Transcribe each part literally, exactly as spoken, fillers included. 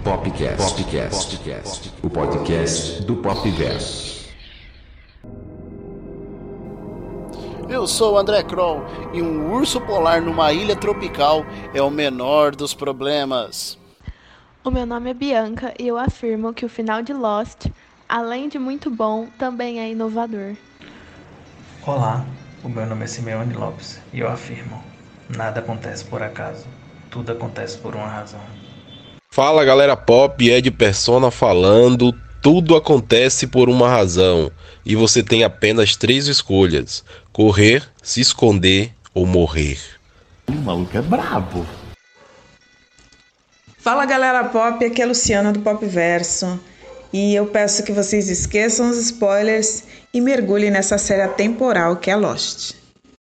Popcast. Popcast. Popcast. O podcast do Popverso. Eu sou o André Kroll e um urso polar numa ilha tropical é o menor dos problemas. O meu nome é Bianca e eu afirmo que o final de Lost, além de muito bom, também é inovador. Olá, o meu nome é Simeone Lopes e eu afirmo: nada acontece por acaso, tudo acontece por uma razão. Fala galera pop, Ed Persona falando, tudo acontece por uma razão e você tem apenas três escolhas: correr, se esconder ou morrer. O maluco é brabo. Fala galera pop, aqui é a Luciana do Popverso e eu peço que vocês esqueçam os spoilers e mergulhem nessa série atemporal que é Lost.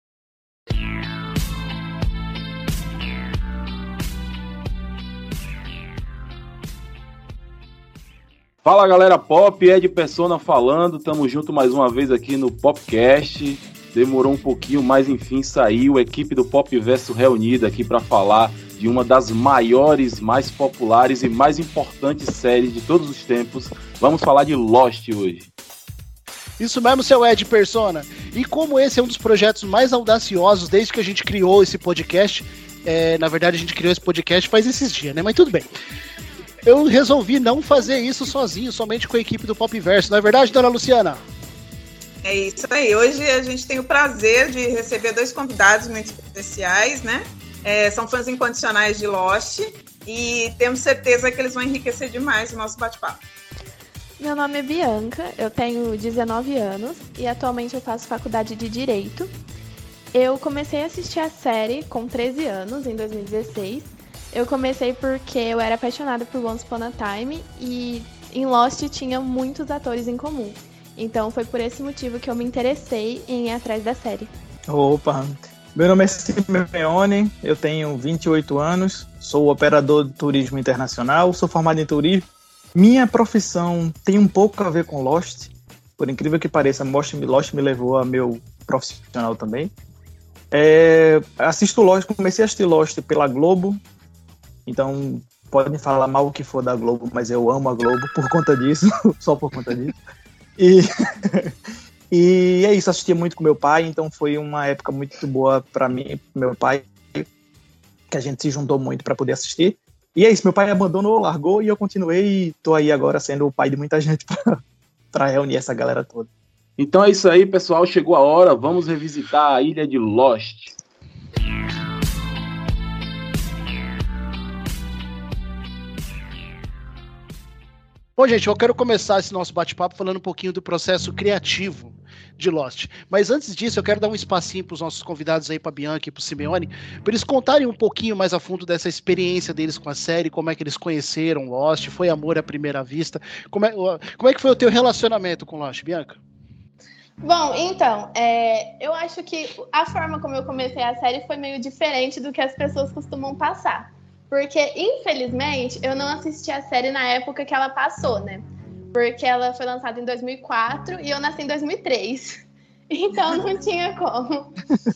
Fala galera pop, Ed Persona falando, tamo junto mais uma vez aqui no Popcast. Demorou um pouquinho, mas enfim saiu, a equipe do Popverso reunida aqui para falar de uma das maiores, mais populares e mais importantes séries de todos os tempos. Vamos falar de Lost hoje. Isso mesmo, seu Ed Persona. E como esse é um dos projetos mais audaciosos desde que a gente criou esse podcast, é, na verdade a gente criou esse podcast faz esses dias, né? Mas tudo bem. Eu resolvi não fazer isso sozinho, somente com a equipe do Popverso. Não é verdade, dona Luciana? É isso aí. Hoje a gente tem o prazer de receber dois convidados muito especiais, né? É, são fãs incondicionais de Lost e temos certeza que eles vão enriquecer demais o nosso bate-papo. Meu nome é Bianca, eu tenho dezenove anos e atualmente eu faço faculdade de Direito. Eu comecei a assistir a série com treze anos, em dois mil e dezesseis. Eu comecei porque eu era apaixonada por Once Upon a Time e em Lost tinha muitos atores em comum. Então foi por esse motivo que eu me interessei em ir atrás da série. Opa, meu nome é Simeone, eu tenho vinte e oito anos, sou operador de turismo internacional, sou formado em turismo. Minha profissão tem um pouco a ver com Lost, por incrível que pareça, Lost me levou a meu profissional também. É, assisto Lost, comecei a assistir Lost pela Globo. Então, podem falar mal o que for da Globo, mas eu amo a Globo por conta disso, só por conta disso. E, e é isso, assistia muito com meu pai, então foi uma época muito boa para mim e pro meu pai, que a gente se juntou muito para poder assistir. E é isso, meu pai abandonou, largou e eu continuei e tô aí agora sendo o pai de muita gente para reunir essa galera toda. Então é isso aí, pessoal, chegou a hora, vamos revisitar a ilha de Lost. Bom, gente, eu quero começar esse nosso bate-papo falando um pouquinho do processo criativo de Lost. Mas antes disso, eu quero dar um espacinho para os nossos convidados aí, para a Bianca e para o Simeone, para eles contarem um pouquinho mais a fundo dessa experiência deles com a série, como é que eles conheceram Lost, foi amor à primeira vista. Como é, como é que foi o teu relacionamento com Lost, Bianca? Bom, então, é, eu acho que a forma como eu comecei a série foi meio diferente do que as pessoas costumam passar. Porque, infelizmente, eu não assisti a série na época que ela passou, né? Porque ela foi lançada em dois mil e quatro e eu nasci em dois mil e três. Então, não tinha como.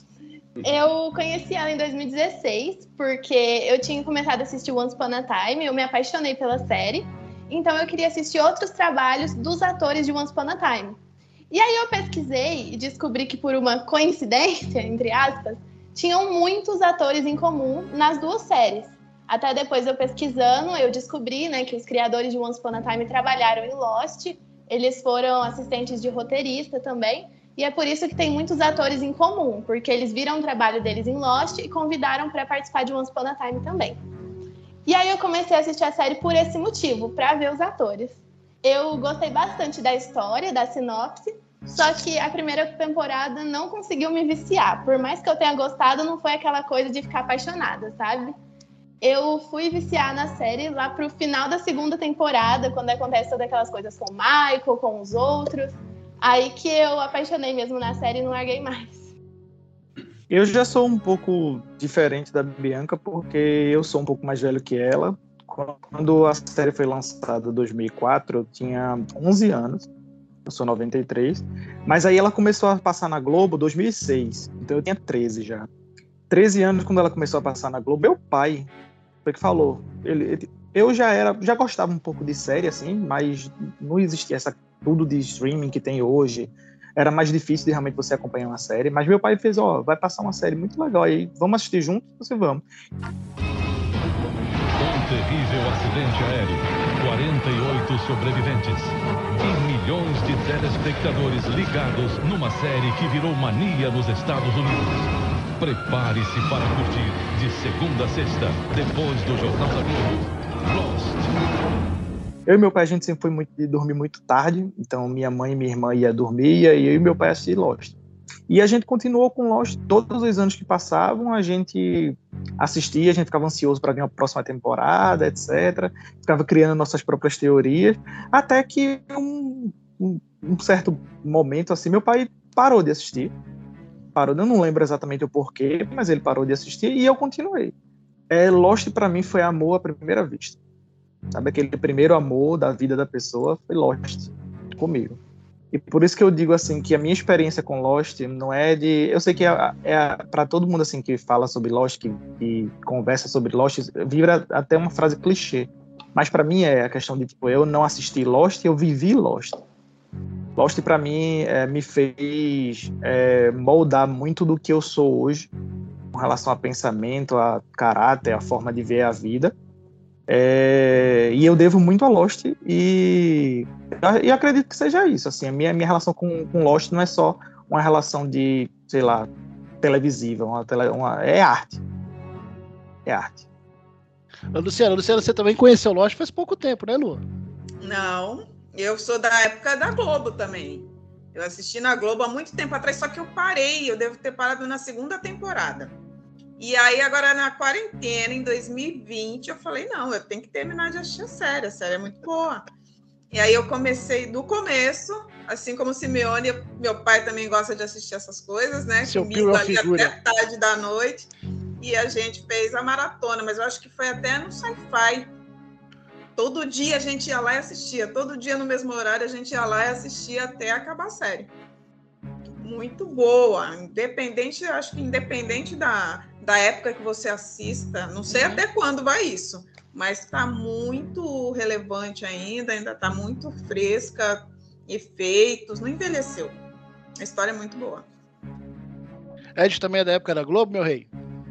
Eu conheci ela em dois mil e dezesseis, porque eu tinha começado a assistir Once Upon a Time, eu me apaixonei pela série. Então, eu queria assistir outros trabalhos dos atores de Once Upon a Time. E aí, eu pesquisei e descobri que, por uma coincidência, entre aspas, tinham muitos atores em comum nas duas séries. Até depois eu pesquisando, eu descobri, né, que os criadores de Once Upon a Time trabalharam em Lost, eles foram assistentes de roteirista também, e é por isso que tem muitos atores em comum, porque eles viram o trabalho deles em Lost e convidaram para participar de Once Upon a Time também. E aí eu comecei a assistir a série por esse motivo, para ver os atores. Eu gostei bastante da história, da sinopse, só que a primeira temporada não conseguiu me viciar. Por mais que eu tenha gostado, não foi aquela coisa de ficar apaixonada, sabe? Eu fui viciar na série lá pro final da segunda temporada, quando acontece todas aquelas coisas com o Michael, com os outros. Aí que eu apaixonei mesmo na série e não larguei mais. Eu já sou um pouco diferente da Bianca, porque eu sou um pouco mais velho que ela. Quando a série foi lançada em dois mil e quatro, eu tinha onze anos. Eu sou noventa e três. Mas aí ela começou a passar na Globo em dois mil e seis. Então eu tinha treze já. treze anos, quando ela começou a passar na Globo, meu pai foi que falou. Ele, ele, eu já era, já gostava um pouco de série, assim, mas não existia essa tudo de streaming que tem hoje. Era mais difícil de realmente você acompanhar uma série. Mas meu pai fez, ó, vai passar uma série muito legal aí, vamos assistir junto? Você vamos. Um terrível acidente aéreo. quarenta e oito sobreviventes. E milhões de telespectadores ligados numa série que virou mania nos Estados Unidos. Prepare-se para curtir de segunda a sexta, depois do Jornal da Globo. Lost. Eu e meu pai, a gente sempre foi muito de dormir muito tarde, então minha mãe e minha irmã ia dormir, e eu e meu pai assistir Lost. E a gente continuou com Lost todos os anos que passavam, a gente assistia, a gente ficava ansioso para ver a próxima temporada, etcétera. Ficava criando nossas próprias teorias, até que um, um, um certo momento, assim, meu pai parou de assistir. Parou, eu não lembro exatamente o porquê, mas ele parou de assistir e eu continuei. É, Lost para mim foi amor à primeira vista. Sabe, aquele primeiro amor da vida da pessoa foi Lost comigo. E por isso que eu digo assim que a minha experiência com Lost não é de, eu sei que é, é para todo mundo assim que fala sobre Lost, que, que conversa sobre Lost, vira até uma frase clichê. Mas para mim é a questão de tipo, eu não assisti Lost, eu vivi Lost. Lost para mim é, me fez é, moldar muito do que eu sou hoje, com relação a pensamento, a caráter, a forma de ver a vida. É, e eu devo muito a Lost e, e acredito que seja isso. Assim, a minha, minha relação com, com Lost não é só uma relação de, sei lá, televisiva, uma tele, uma, é arte. É arte. Luciana, Luciana, você também conheceu Lost faz pouco tempo, né, Lu? Não, eu sou da época da Globo também. Eu assisti na Globo há muito tempo atrás, só que eu parei, eu devo ter parado na segunda temporada. E aí, agora na quarentena, em dois mil e vinte, eu falei, não, eu tenho que terminar de assistir a série, a série é muito boa. E aí eu comecei do começo, assim como o Simeone, meu pai também gosta de assistir essas coisas, né? Seu comigo ali figura. até tarde da noite. E a gente fez a maratona, mas eu acho que foi até no Sci-Fi. Todo dia a gente ia lá e assistia, todo dia no mesmo horário a gente ia lá e assistia até acabar a série. Muito boa, independente, acho que independente da, da época que você assista, não sei até quando vai isso, mas está muito relevante ainda, ainda está muito fresca, efeitos, não envelheceu. A história é muito boa. Ed também é da época da Globo, meu rei?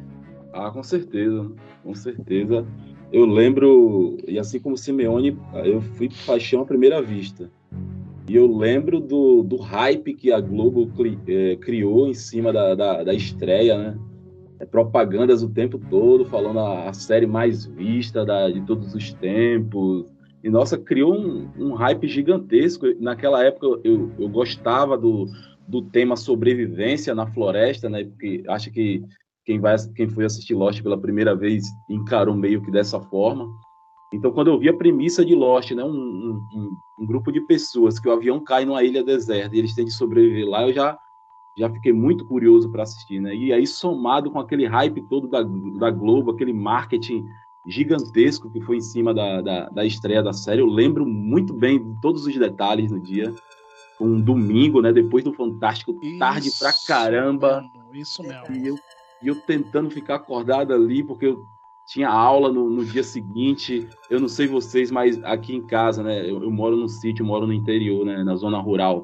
Ah, com certeza, com certeza. Eu lembro, e assim como o Simeone, eu fui paixão à primeira vista. E eu lembro do, do hype que a Globo cri, é, criou em cima da, da, da estreia, né? É, propagandas o tempo todo, falando a, a série mais vista da, de todos os tempos. E, nossa, criou um, um hype gigantesco. Naquela época, eu, eu gostava do, do tema sobrevivência na floresta, né? Porque acho que quem, vai, quem foi assistir Lost pela primeira vez encarou meio que dessa forma. Então, quando eu vi a premissa de Lost, né, um, um, um grupo de pessoas que o avião cai numa ilha deserta e eles têm de sobreviver lá, eu já, já fiquei muito curioso para assistir, né? E aí, somado com aquele hype todo da, da Globo, aquele marketing gigantesco que foi em cima da, da, da estreia da série, eu lembro muito bem de todos os detalhes no dia. Um domingo, né, depois do Fantástico, isso, tarde pra caramba. Mano, isso mesmo. E eu, e eu tentando ficar acordado ali, porque eu tinha aula no, no dia seguinte. Eu não sei vocês, mas aqui em casa, né? Eu, eu moro num sítio, eu moro no interior, né? Na zona rural.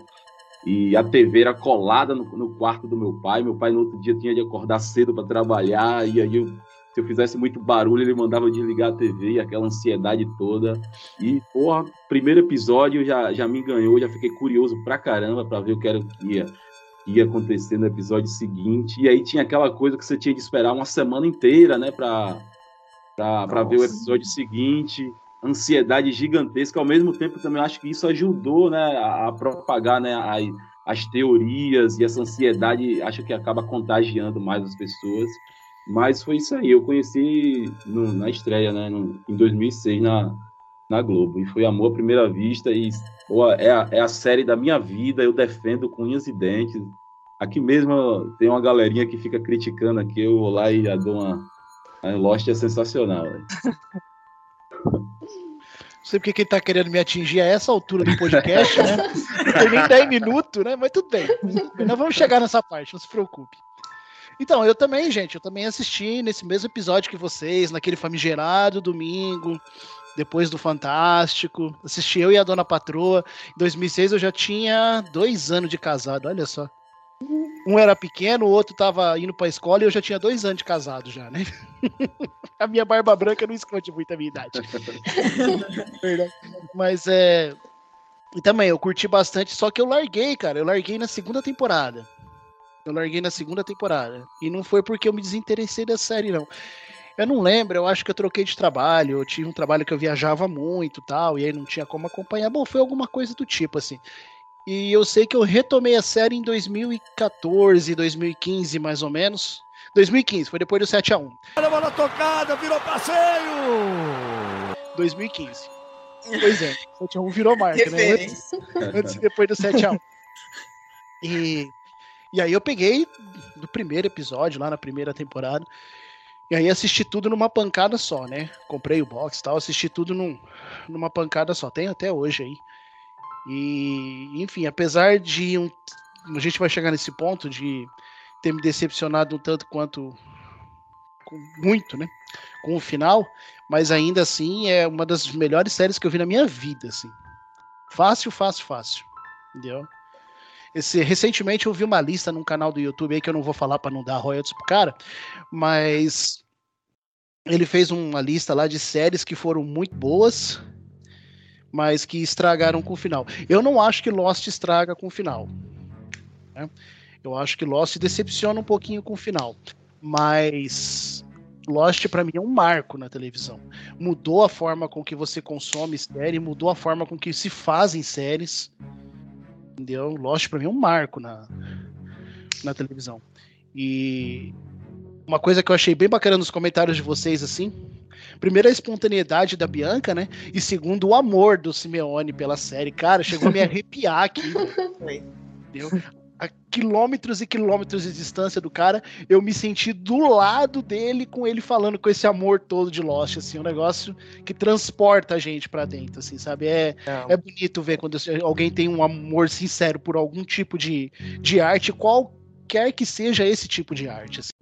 E a T V era colada no, no quarto do meu pai. Meu pai no outro dia tinha de acordar cedo para trabalhar. E aí, eu, se eu fizesse muito barulho, ele mandava desligar a T V, e aquela ansiedade toda. E, porra, primeiro episódio já, já me ganhou. Já fiquei curioso pra caramba para ver o que era que ia, que ia acontecer no episódio seguinte. E aí tinha aquela coisa que você tinha de esperar uma semana inteira, né? Pra... para ver o episódio seguinte, ansiedade gigantesca. Ao mesmo tempo, também acho que isso ajudou, né, a, a propagar, né, as, as teorias, e essa ansiedade acho que acaba contagiando mais as pessoas. Mas foi isso aí, eu conheci no, na estreia, né, no, em dois mil e seis na, na Globo, e foi amor à primeira vista, e pô, é, a, é a série da minha vida, eu defendo com unhas e dentes. Aqui mesmo tem uma galerinha que fica criticando aqui, eu vou lá e já dou uma... A Lost é sensacional. Não sei porque que ele tá querendo me atingir a essa altura do podcast, né? Não tem nem dez minutos, né? Mas tudo bem. Nós vamos chegar nessa parte, não se preocupe. Então, eu também, gente, eu também assisti nesse mesmo episódio que vocês, naquele famigerado domingo, depois do Fantástico. Assisti eu e a Dona Patroa. Em dois mil e seis eu já tinha dois anos de casado, olha só. Um era pequeno, o outro tava indo pra escola e eu já tinha dois anos de casado já, né? A minha barba branca não esconde muito a minha idade. Verdade. Mas é... E também, eu curti bastante, só que eu larguei, cara. Eu larguei na segunda temporada. Eu larguei na segunda temporada. E não foi porque eu me desinteressei da série, não. Eu não lembro, eu acho que eu troquei de trabalho. Eu tive um trabalho que eu viajava muito e tal, e aí não tinha como acompanhar. Bom, foi alguma coisa do tipo, assim. E eu sei que eu retomei a série em dois mil e quatorze, dois mil e quinze, mais ou menos. dois mil e quinze, foi depois do sete a um. Olha a bola tocada, virou passeio! dois mil e quinze. Pois é, sete a um virou marca, né? Antes, antes e depois do sete a um. E, e aí eu peguei do primeiro episódio, lá na primeira temporada, e aí assisti tudo numa pancada só, né? Comprei o box e tal, assisti tudo num, numa pancada só. Tem até hoje aí. E, enfim, apesar de um, a gente vai chegar nesse ponto de ter me decepcionado um tanto quanto com, muito, né, com o final, mas ainda assim é uma das melhores séries que eu vi na minha vida, assim. Fácil, fácil, fácil, entendeu? Esse, recentemente eu vi uma lista num canal do YouTube aí que eu não vou falar para não dar royalties pro cara, mas ele fez uma lista lá de séries que foram muito boas, mas que estragaram com o final. Eu não acho que Lost estraga com o final, né? Eu acho que Lost decepciona um pouquinho com o final, mas Lost pra mim é um marco na televisão. Mudou a forma com que você consome série, mudou a forma com que se fazem séries, entendeu? Lost pra mim é um marco na, na televisão. E uma coisa que eu achei bem bacana nos comentários de vocês, assim, primeiro, a espontaneidade da Bianca, né? E segundo, o amor do Simeone pela série. Cara, chegou a me arrepiar aqui. Entendeu? A quilômetros e quilômetros de distância do cara, eu me senti do lado dele, com ele falando com esse amor todo de Lost, assim, um negócio que transporta a gente pra dentro, assim, sabe? É, é. é bonito ver quando alguém tem um amor sincero por algum tipo de, de arte, qualquer que seja esse tipo de arte, assim.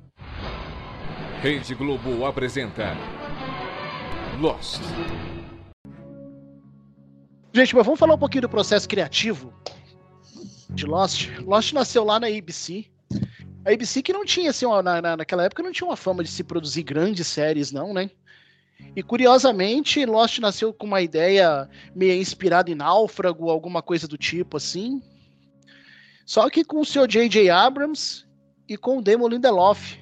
Rede Globo apresenta Lost. Gente, mas vamos falar um pouquinho do processo criativo de Lost. Lost nasceu lá na A B C. A A B C que não tinha, assim, ó, na, na, naquela época não tinha uma fama de se produzir grandes séries, não, né? E curiosamente, Lost nasceu com uma ideia meio inspirada em Náufrago, alguma coisa do tipo, assim. Só que com o senhor J J Abrams e com o Damon Lindelof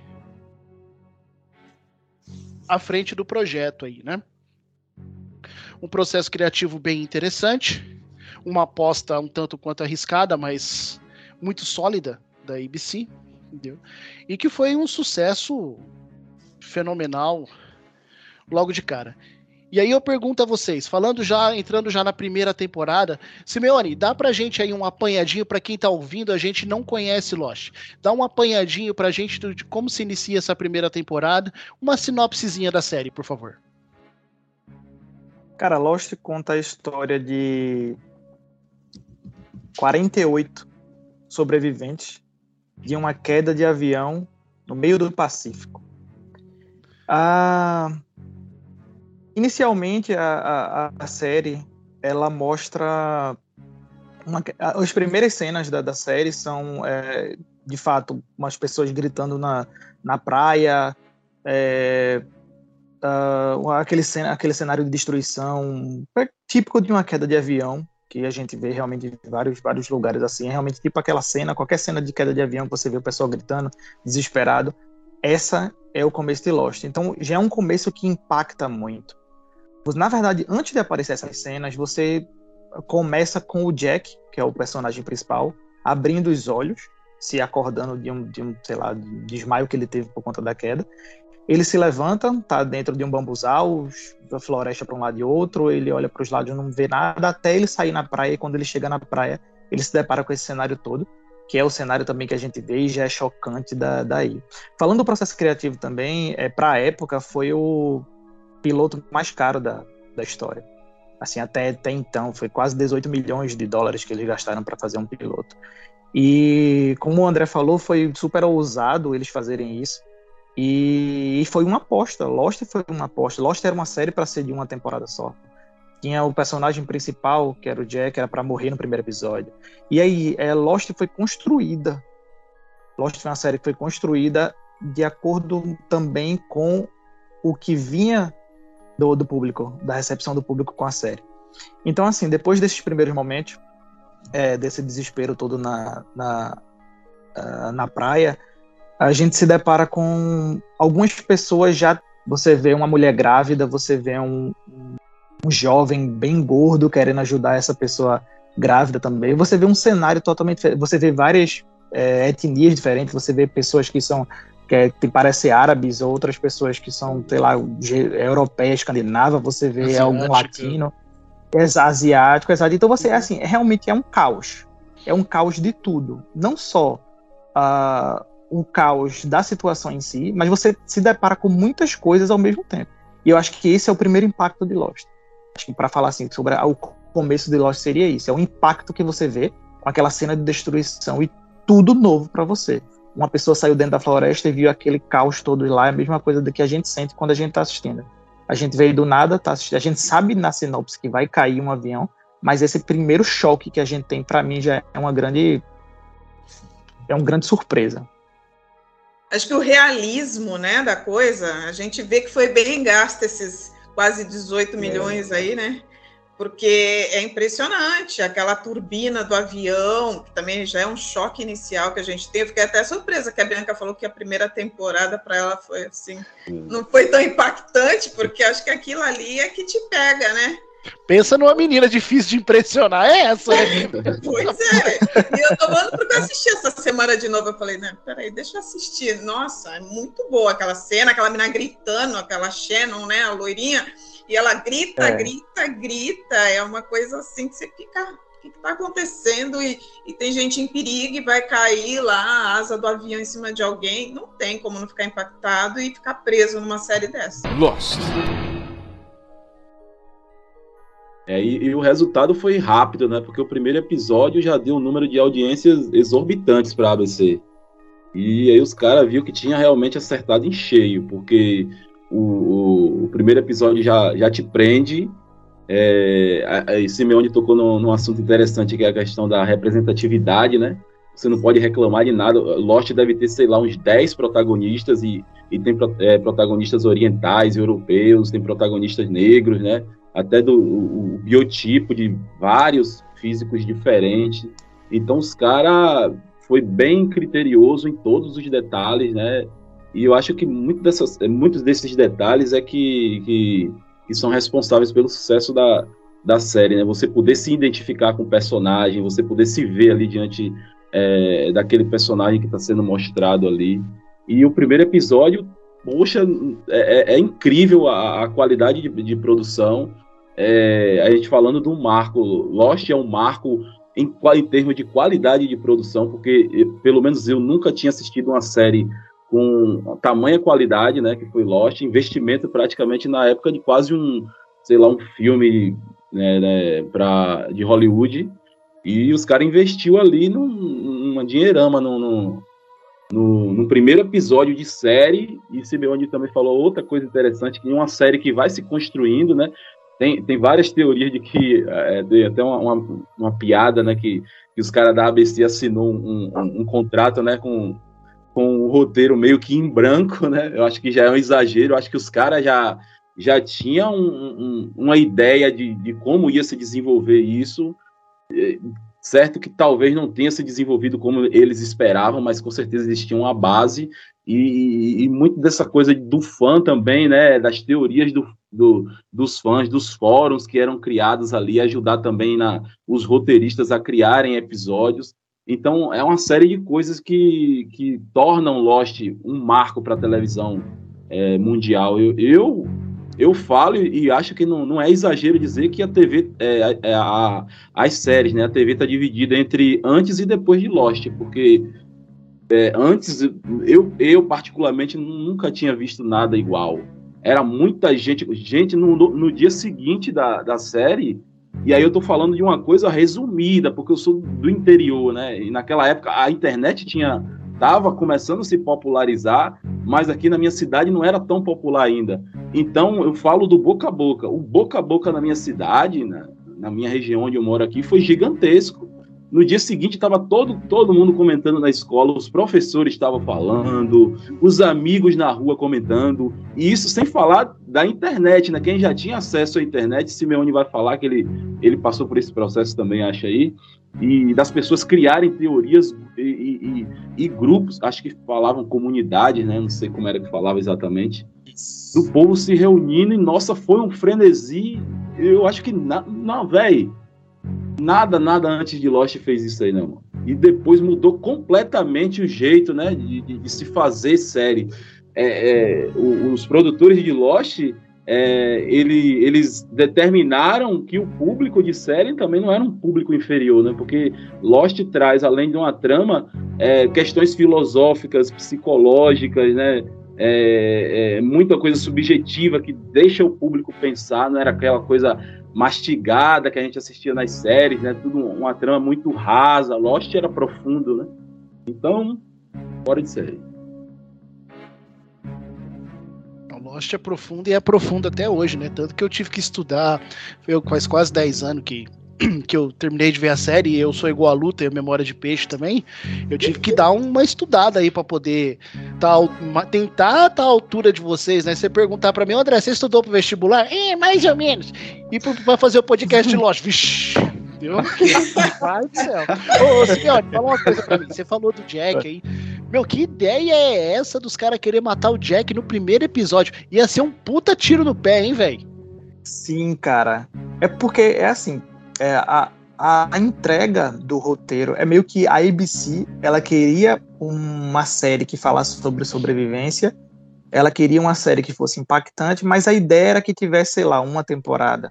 à frente do projeto aí, né? Um processo criativo bem interessante, uma aposta um tanto quanto arriscada, mas muito sólida da A B C, entendeu? E que foi um sucesso fenomenal logo de cara. E aí eu pergunto a vocês, falando já, entrando já na primeira temporada, Simeone, dá pra gente aí um apanhadinho pra quem tá ouvindo, a gente não conhece Lost. Dá um apanhadinho pra gente de como se inicia essa primeira temporada, uma sinopsezinha da série, por favor. Cara, Lost conta a história de quarenta e oito sobreviventes de uma queda de avião no meio do Pacífico. Ah... Inicialmente, a, a, a série, ela mostra... Uma, as primeiras cenas da, da série são, é, de fato, umas pessoas gritando na, na praia, é, uh, aquele, cena, aquele cenário de destruição, é típico de uma queda de avião, que a gente vê realmente em vários, vários lugares assim. É realmente tipo aquela cena, qualquer cena de queda de avião que você vê o pessoal gritando, desesperado. Essa é o começo de Lost. Então, já é um começo que impacta muito. Na verdade, antes de aparecer essas cenas, você começa com o Jack, que é o personagem principal, abrindo os olhos, se acordando de um, de um, sei lá, de desmaio que ele teve por conta da queda. Ele se levanta, tá dentro de um bambuzal, da floresta para um lado e outro, ele olha para os lados e não vê nada, até ele sair na praia, e quando ele chega na praia, ele se depara com esse cenário todo, que é o cenário também que a gente vê e já é chocante da, daí. Falando do processo criativo também, é, para a época, foi o piloto mais caro da, da história. Assim, até, até então, foi quase dezoito milhões de dólares que eles gastaram para fazer um piloto. E como o André falou, foi super ousado eles fazerem isso. E, e foi uma aposta. Lost foi uma aposta. Lost era uma série para ser de uma temporada só. Tinha o personagem principal, que era o Jack, era para morrer no primeiro episódio. E aí, é, Lost foi construída. Lost foi uma série que foi construída de acordo também com o que vinha do, do público, da recepção do público com a série. Então, assim, depois desses primeiros momentos, é, desse desespero todo na, na, uh, na praia, a gente se depara com algumas pessoas já... Você vê uma mulher grávida, você vê um, um jovem bem gordo querendo ajudar essa pessoa grávida também. Você vê um cenário totalmente diferente. Você vê várias é, etnias diferentes. Você vê pessoas que são... que, é, que parecem árabes, outras pessoas que são, sei lá, europeias, escandinavas. Você vê asiático. Algum latino, asiático, exato. Então você, assim, realmente é um caos. É um caos de tudo. Não só... Uh, o caos da situação em si, mas você se depara com muitas coisas ao mesmo tempo. E eu acho que esse é o primeiro impacto de Lost. Acho que para falar assim sobre o começo de Lost seria isso, é o impacto que você vê com aquela cena de destruição e tudo novo para você. Uma pessoa saiu dentro da floresta e viu aquele caos todo lá, é a mesma coisa do que a gente sente quando a gente tá assistindo. A gente veio do nada, tá assistindo, a gente sabe na sinopse que vai cair um avião, mas esse primeiro choque que a gente tem, para mim, já é uma grande é uma grande surpresa. Acho que o realismo, né, da coisa, a gente vê que foi bem gasto esses quase dezoito milhões aí, né? Porque é impressionante, aquela turbina do avião, que também já é um choque inicial que a gente teve. Fiquei até surpresa que a Bianca falou que a primeira temporada para ela foi assim, não foi tão impactante, porque acho que aquilo ali é que te pega, né? Pensa numa menina difícil de impressionar, é essa, né? Pois é. E eu tô falando porque eu assisti essa semana de novo. Eu falei, né, peraí, deixa eu assistir. Nossa, é muito boa aquela cena, aquela menina gritando, aquela Shannon, né, a loirinha, e ela grita, é. grita, grita. É uma coisa assim que você fica, o que, que tá acontecendo? E, e tem gente em perigo e vai cair lá a asa do avião em cima de alguém. Não tem como não ficar impactado e ficar preso numa série dessa. Lost. É, e, e o resultado foi rápido, né? Porque o primeiro episódio já deu um número de audiências exorbitantes para a A B C. E aí os caras viram que tinha realmente acertado em cheio, porque o, o, o primeiro episódio já, já te prende. É, a, a Simeone tocou no, num assunto interessante, que é a questão da representatividade, né? Você não pode reclamar de nada. Lost deve ter, sei lá, uns dez protagonistas, e, e tem é, protagonistas orientais, europeus, tem protagonistas negros, né? Até do o, o biotipo de vários físicos diferentes. Então os caras foi bem criterioso em todos os detalhes, né? E eu acho que muito dessas, muitos desses detalhes é que, que, que são responsáveis pelo sucesso da, da série, né? Você poder se identificar com o personagem, você poder se ver ali diante é, daquele personagem que está sendo mostrado ali. E o primeiro episódio, poxa, é, é incrível a, a qualidade de, de produção. É, a gente falando de um marco, Lost é um marco em, em termos de qualidade de produção, porque eu, pelo menos eu nunca tinha assistido uma série com tamanha qualidade, né, que foi Lost, investimento praticamente na época de quase um, sei lá, um filme, né, né, pra, de Hollywood, e os caras investiu ali num, numa dinheirama no, no, no, no primeiro episódio de série. E Simeone também falou outra coisa interessante, que é uma série que vai se construindo, né. Tem, tem várias teorias de que, é, tem até uma, uma, uma piada, né, que, que os caras da A B C assinou um, um, um contrato, né, com, com o roteiro meio que em branco, né. Eu acho que já é um exagero. Eu acho que os caras já, já tinham um, um, uma ideia de, de como ia se desenvolver isso, certo que talvez não tenha se desenvolvido como eles esperavam, mas com certeza existia uma base, e, e muito dessa coisa do fã também, né, das teorias do, do, dos fãs, dos fóruns que eram criados ali, ajudar também na, os roteiristas a criarem episódios. Então é uma série de coisas que, que tornam Lost um marco para a televisão é, mundial. Eu, eu, eu falo e acho que não, não é exagero dizer que a T V, é, é, a, as séries, né, a T V está dividida entre antes e depois de Lost, porque é, antes, eu, eu particularmente nunca tinha visto nada igual. Era muita gente, gente no, no dia seguinte da, da série, E aí eu tô falando de uma coisa resumida, porque eu sou do interior, né? E naquela época a internet tinha tava começando a se popularizar, mas aqui na minha cidade não era tão popular ainda. Então eu falo do boca a boca. O boca a boca na minha cidade, na, na minha região onde eu moro aqui, foi gigantesco. No dia seguinte estava todo, todo mundo comentando na escola, os professores estavam falando, os amigos na rua comentando, e isso sem falar da internet, né? Quem já tinha acesso à internet, Simeone vai falar que ele, ele passou por esse processo também, acha aí, e das pessoas criarem teorias e, e, e, e grupos, acho que falavam comunidades, né? Não sei como era que falava exatamente, do povo se reunindo, e nossa, foi um frenesi. Eu acho que, na, não, velho, Nada, nada antes de Lost fez isso aí, não. E depois mudou completamente o jeito, né, de, de, de se fazer série. É, é, os produtores de Lost, é, ele, eles determinaram que o público de série também não era um público inferior, né, porque Lost traz, além de uma trama, é, questões filosóficas, psicológicas, né, é, é, muita coisa subjetiva que deixa o público pensar, não era aquela coisa mastigada que a gente assistia nas séries, né? Tudo uma trama muito rasa. Lost era profundo, né? Então, fora de série. Lost é profundo e é profundo até hoje, né? Tanto que eu tive que estudar, eu faz quase dez anos que, que eu terminei de ver a série, e eu sou igual a Lu, tenho memória de peixe também. Eu tive que dar uma estudada aí pra poder tá, tentar estar tá à altura de vocês, né? Você perguntar pra mim, André, você estudou pro vestibular? É, mais ou menos. E pra fazer o podcast de Lost? Vixe, entendeu? Pai do céu. Ô, senhor, fala uma coisa pra mim. Você falou do Jack aí. Meu, que ideia é essa dos caras querer matar o Jack no primeiro episódio? Ia ser um puta tiro no pé, hein, velho? Sim, cara. É porque, é assim, é, a, a, a entrega do roteiro é meio que a A B C, ela queria uma série que falasse sobre sobrevivência, ela queria uma série que fosse impactante, mas a ideia era que tivesse, sei lá, uma temporada.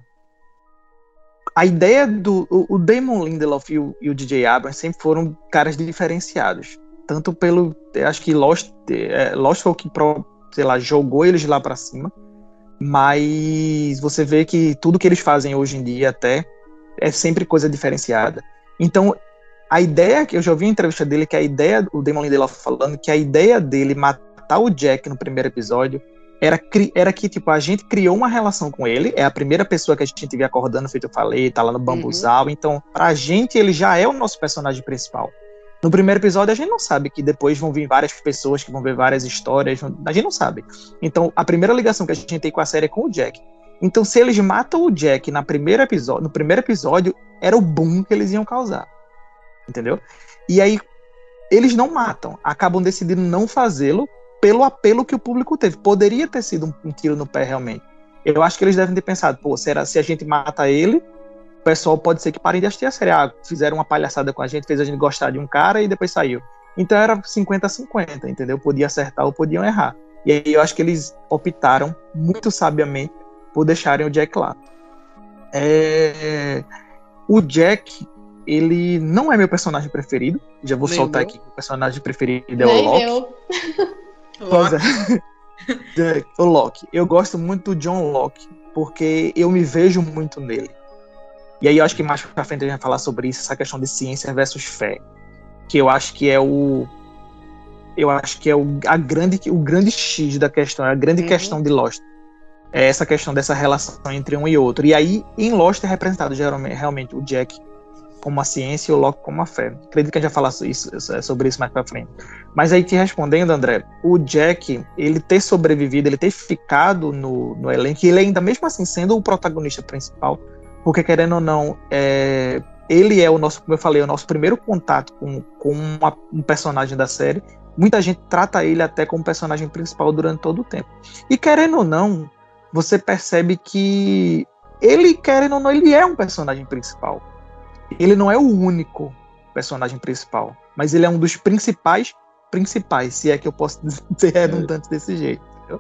A ideia do... O, o Damon Lindelof e o, e o D J Abrams sempre foram caras diferenciados. Tanto pelo... Acho que Lost, é, Lost foi o que, sei lá, jogou eles lá pra cima. Mas você vê que tudo que eles fazem hoje em dia até é sempre coisa diferenciada. Então, a ideia... que eu já ouvi em entrevista dele, que a ideia... O Damon Lindelof falando que a ideia dele matar o Jack no primeiro episódio era, era que, tipo, a gente criou uma relação com ele, é a primeira pessoa que a gente vê acordando, feito eu falei, tá lá no bambuzal, uhum. Então, pra gente, ele já é o nosso personagem principal. No primeiro episódio, a gente não sabe que depois vão vir várias pessoas que vão ver várias histórias, a gente não sabe. Então, a primeira ligação que a gente tem com a série é com o Jack. Então, se eles matam o Jack na primeira episódio, no primeiro episódio, era o boom que eles iam causar. Entendeu? E aí, eles não matam, acabam decidindo não fazê-lo pelo apelo que o público teve. Poderia ter sido um, um tiro no pé, realmente. Eu acho que eles devem ter pensado, pô, será, se a gente mata ele, o pessoal pode ser que parem de assistir a série. Ah, fizeram uma palhaçada com a gente, fez a gente gostar de um cara e depois saiu. Então era cinquenta a cinquenta, entendeu? Podia acertar ou podiam errar. E aí eu acho que eles optaram, muito sabiamente, por deixarem o Jack lá. É... O Jack, ele não é meu personagem preferido. Já vou Nem soltar meu. aqui que o personagem preferido é Nem o Loki. Meu. Pois é. O Loki. Eu gosto muito do John Locke, porque eu me vejo muito nele. E aí eu acho que mais pra frente a gente vai falar sobre isso, essa questão de ciência versus fé. Que eu acho que é o... Eu acho que é o, a grande, o grande X da questão, a grande uhum. questão de Lost. É essa questão dessa relação entre um e outro. E aí, em Lost é representado geralmente, realmente o Jack como a ciência e o Loki como a fé. Acredito que a gente vai falar isso, sobre isso mais pra frente. Mas aí te respondendo, André, o Jack, ele ter sobrevivido, ele ter ficado no, no elenco, e ele ainda mesmo assim sendo o protagonista principal, porque querendo ou não, é, ele é o nosso, como eu falei, o nosso primeiro contato com, com uma, um personagem da série. Muita gente trata ele até como personagem principal durante todo o tempo. E querendo ou não, você percebe que ele, querendo ou não, ele é um personagem principal. Ele não é o único personagem principal, mas ele é um dos principais principais, se é que eu posso ser redundante desse jeito. Entendeu?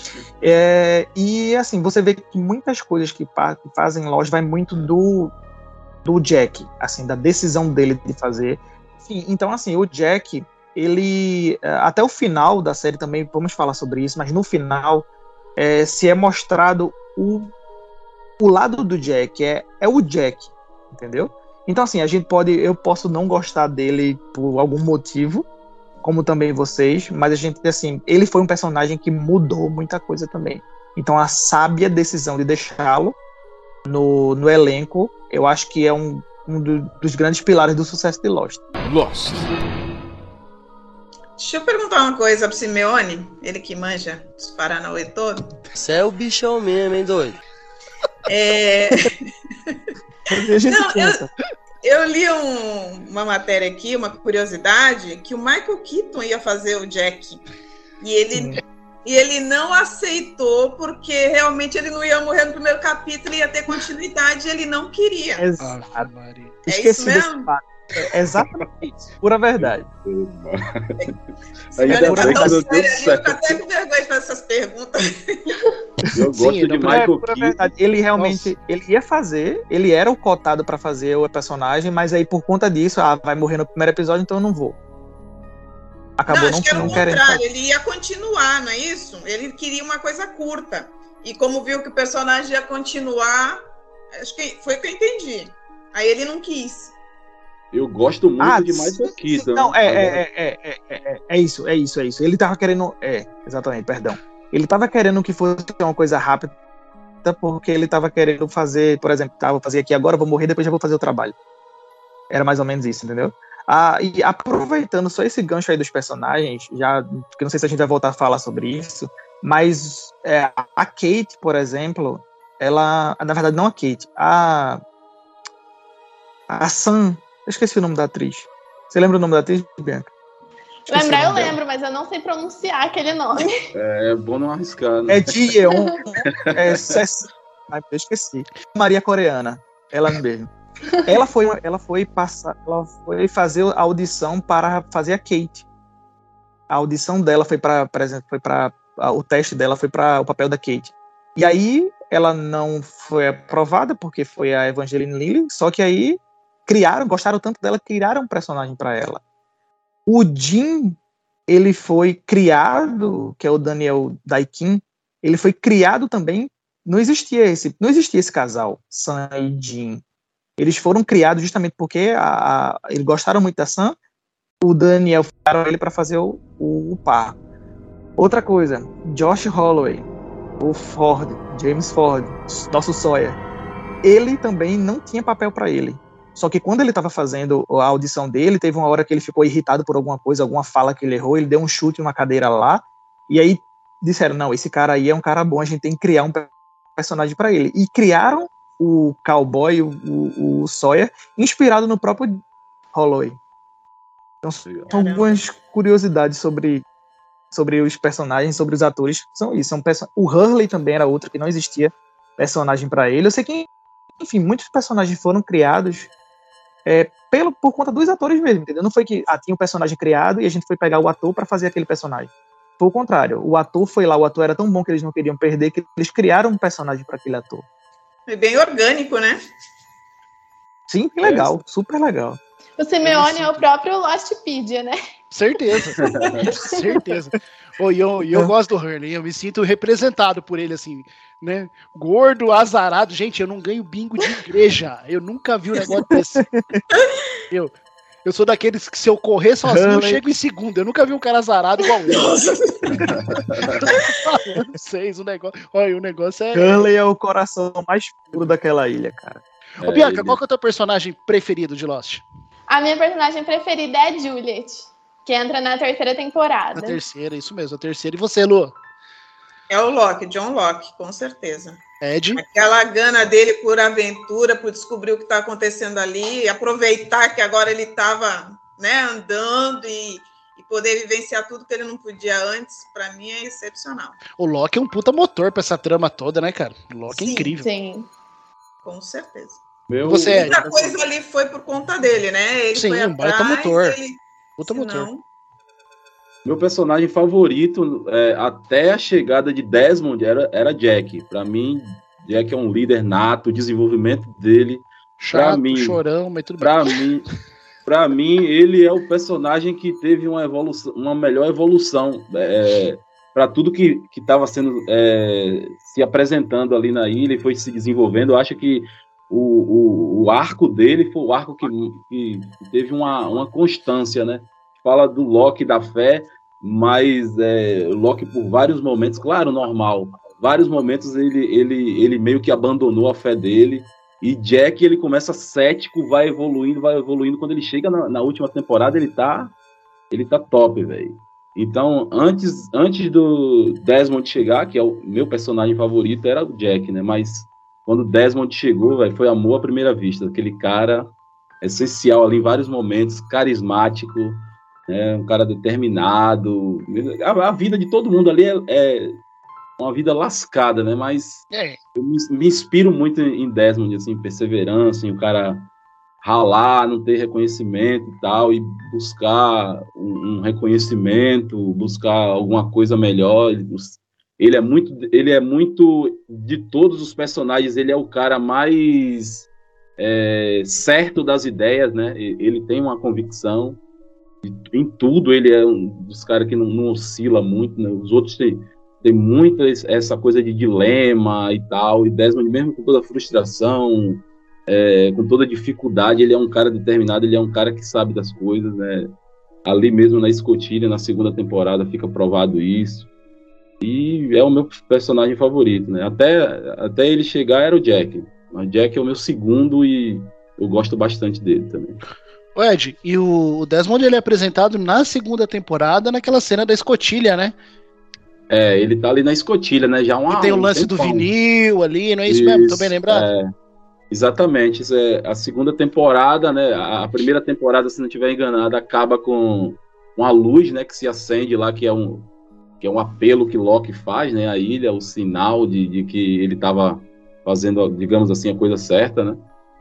É, e assim, você vê que muitas coisas que, pa- que fazem Lost vai muito do, do Jack, assim, da decisão dele de fazer. Enfim, então assim, o Jack, ele, até o final da série também, vamos falar sobre isso, mas no final é, se é mostrado o o lado do Jack é, é o Jack, entendeu? Então, assim, a gente pode, eu posso não gostar dele por algum motivo, como também vocês, mas a gente, assim, ele foi um personagem que mudou muita coisa também. Então, a sábia decisão de deixá-lo no, no elenco, eu acho que é um, um do, dos grandes pilares do sucesso de Lost. Lost. Deixa eu perguntar uma coisa pro Simeone, ele que manja os Paranauê todo. Você é o bichão mesmo, hein, doido? É... Não, eu, eu li um, uma matéria aqui, uma curiosidade, que o Michael Keaton ia fazer o Jack. E ele, e ele não aceitou, porque realmente ele não ia morrer no primeiro capítulo, ia ter continuidade, e ele não queria. Exato. É Esqueci isso mesmo? É exatamente isso, pura verdade. Ainda bem que não deu Eu certo. fico até com vergonha de fazer essas perguntas. Eu gosto Sim, de não, é Michael pura Keaton. verdade. Ele realmente ele ia fazer, ele era o cotado pra fazer o personagem, mas aí por conta disso, ah, vai morrer no primeiro episódio, então eu não vou. Acabou não, não, acho que era não o querendo contrário, fazer. ele ia continuar, não é isso? Ele queria uma coisa curta. E como viu que o personagem ia continuar, acho que foi o que eu entendi. Aí ele não quis. Eu gosto muito Ah, de Michael Keaton. Não, né? é, é, é, é, é, é isso, é isso, é isso. Ele tava querendo. É, exatamente, perdão. Ele tava querendo que fosse uma coisa rápida, porque ele tava querendo fazer, por exemplo, tá, vou fazer aqui agora, vou morrer, depois já vou fazer o trabalho. Era mais ou menos isso, entendeu? Ah, e aproveitando só esse gancho aí dos personagens, já, porque não sei se a gente vai voltar a falar sobre isso, mas é, a Kate, por exemplo, ela. Na verdade, não a Kate, a. A Sam. Eu esqueci o nome da atriz. Você lembra o nome da atriz, Bianca? Esqueci Lembrar o eu nome dela. lembro, mas eu não sei pronunciar aquele nome. É bom não arriscar, né? É Jeon. É Cess... Ai, eu esqueci. Maria Coreana. Ela mesmo. Ela foi, ela foi passar, ela foi fazer a audição para fazer a Kate. A audição dela foi para, por exemplo, foi para o teste dela foi para o papel da Kate. E aí ela não foi aprovada porque foi a Evangeline Lilly, só que aí criaram, gostaram tanto dela, criaram um personagem para ela. O Jim, ele foi criado, que é o Daniel Daikin, ele foi criado também, não existia esse, não existia esse casal, Sam e Jim. Eles foram criados justamente porque a, a, eles gostaram muito da Sam, o Daniel ficaram ele para fazer o, o, o par. Outra coisa, Josh Holloway, o Ford, James Ford, nosso Sawyer, ele também não tinha papel para ele. Só que quando ele estava fazendo a audição dele, teve uma hora que ele ficou irritado por alguma coisa, alguma fala que ele errou, ele deu um chute numa cadeira lá, e aí disseram, não, esse cara aí é um cara bom, a gente tem que criar um personagem para ele. E criaram o cowboy, o, o, o Sawyer, inspirado no próprio Holloway. Então, são algumas curiosidades sobre, sobre os personagens, sobre os atores, são isso. São perso- o Hurley também era outro, que não existia personagem para ele. Eu sei que, enfim, muitos personagens foram criados É, pelo, por conta dos atores mesmo, entendeu? Não foi que ah, tinha um personagem criado e a gente foi pegar o ator para fazer aquele personagem. Foi o contrário. O ator foi lá, o ator era tão bom que eles não queriam perder, que eles criaram um personagem para aquele ator. É bem orgânico, né? Sim, que legal, é. Super legal. O Simeone é o próprio Lostpedia, né? Certeza, certeza. Oh, e eu, eu gosto do Hurley, eu me sinto representado por ele, assim, né? Gordo, azarado. Gente, eu não ganho bingo de igreja. Eu nunca vi um negócio desse. Eu, eu sou daqueles que se eu correr sozinho, eu chego em segundo. Eu nunca vi um cara azarado igual eu. Não sei, o negócio, olha, o negócio é... Hurley é o coração mais puro daquela ilha, cara. Ô, Bianca, qual que é o teu personagem preferido de Lost? A minha personagem preferida é a Juliet, que entra na terceira temporada. Na terceira, isso mesmo, a terceira. E você, Lu? É o Locke, John Locke, com certeza. Ed? Aquela gana dele por aventura, por descobrir o que está acontecendo ali, aproveitar que agora ele estava, né, andando e, e poder vivenciar tudo que ele não podia antes, para mim é excepcional. O Locke é um puta motor pra essa trama toda, né, cara? O Locke Sim, é incrível. Sim. Com certeza. Meu... Você, Muita Ed? coisa ali foi por conta dele, né? Ele Sim, foi um atrás, baita motor. Ele... Puta Senão... motor. Meu personagem favorito, é, até a chegada de Desmond, era, era Jack. Pra mim, Jack é um líder nato, o desenvolvimento dele... Chato, pra mim, chorão, mas tudo pra bem. Mim, pra mim, ele é o personagem que teve uma, evolução, uma melhor evolução. É, para tudo que estava sendo é, se apresentando ali na ilha e foi se desenvolvendo. Eu acho que o, o, o arco dele foi o arco que, que teve uma, uma constância, né? Fala do Loki da fé, mas é, Loki por vários momentos, claro, normal, vários momentos ele, ele, ele meio que abandonou a fé dele, e Jack ele começa cético, vai evoluindo, vai evoluindo, quando ele chega na, na última temporada ele tá, ele tá top, velho. Então, antes, antes do Desmond chegar, que é o meu personagem favorito, era o Jack, né? Mas quando o Desmond chegou, véio, foi amor à primeira vista. Aquele cara essencial ali em vários momentos, carismático, né? Um cara determinado. A, a vida de todo mundo ali é, é uma vida lascada, né? Mas é. eu me, me inspiro muito em Desmond, assim, perseverança, em o cara ralar, não ter reconhecimento e tal, e buscar um, um reconhecimento, buscar alguma coisa melhor. Ele, ele é muito, ele é muito, de todos os personagens, ele é o cara mais é, certo das ideias, né? Ele tem uma convicção em tudo, ele é um dos caras que não, não oscila muito, né? Os outros têm, têm muito essa coisa de dilema e tal, e Desmond, mesmo com toda a frustração, É, com toda dificuldade, ele é um cara determinado, ele é um cara que sabe das coisas, né? Ali mesmo na escotilha, na segunda temporada, fica provado isso. E é o meu personagem favorito, né? Até, até ele chegar era o Jack. Mas Jack é o meu segundo e eu gosto bastante dele também. O Ed, e o Desmond ele é apresentado na segunda temporada naquela cena da escotilha, né? É, ele tá ali na escotilha, né? Já uma, e tem o lance um do vinil ali, não é isso, isso mesmo? Tô bem lembrado? É. Exatamente, isso é a segunda temporada, né? A primeira temporada, se não estiver enganado, acaba com uma luz, né, que se acende lá, que é um, que é um apelo que Loki faz, né? A ilha, o sinal de, de que ele estava fazendo, digamos assim, a coisa certa, né?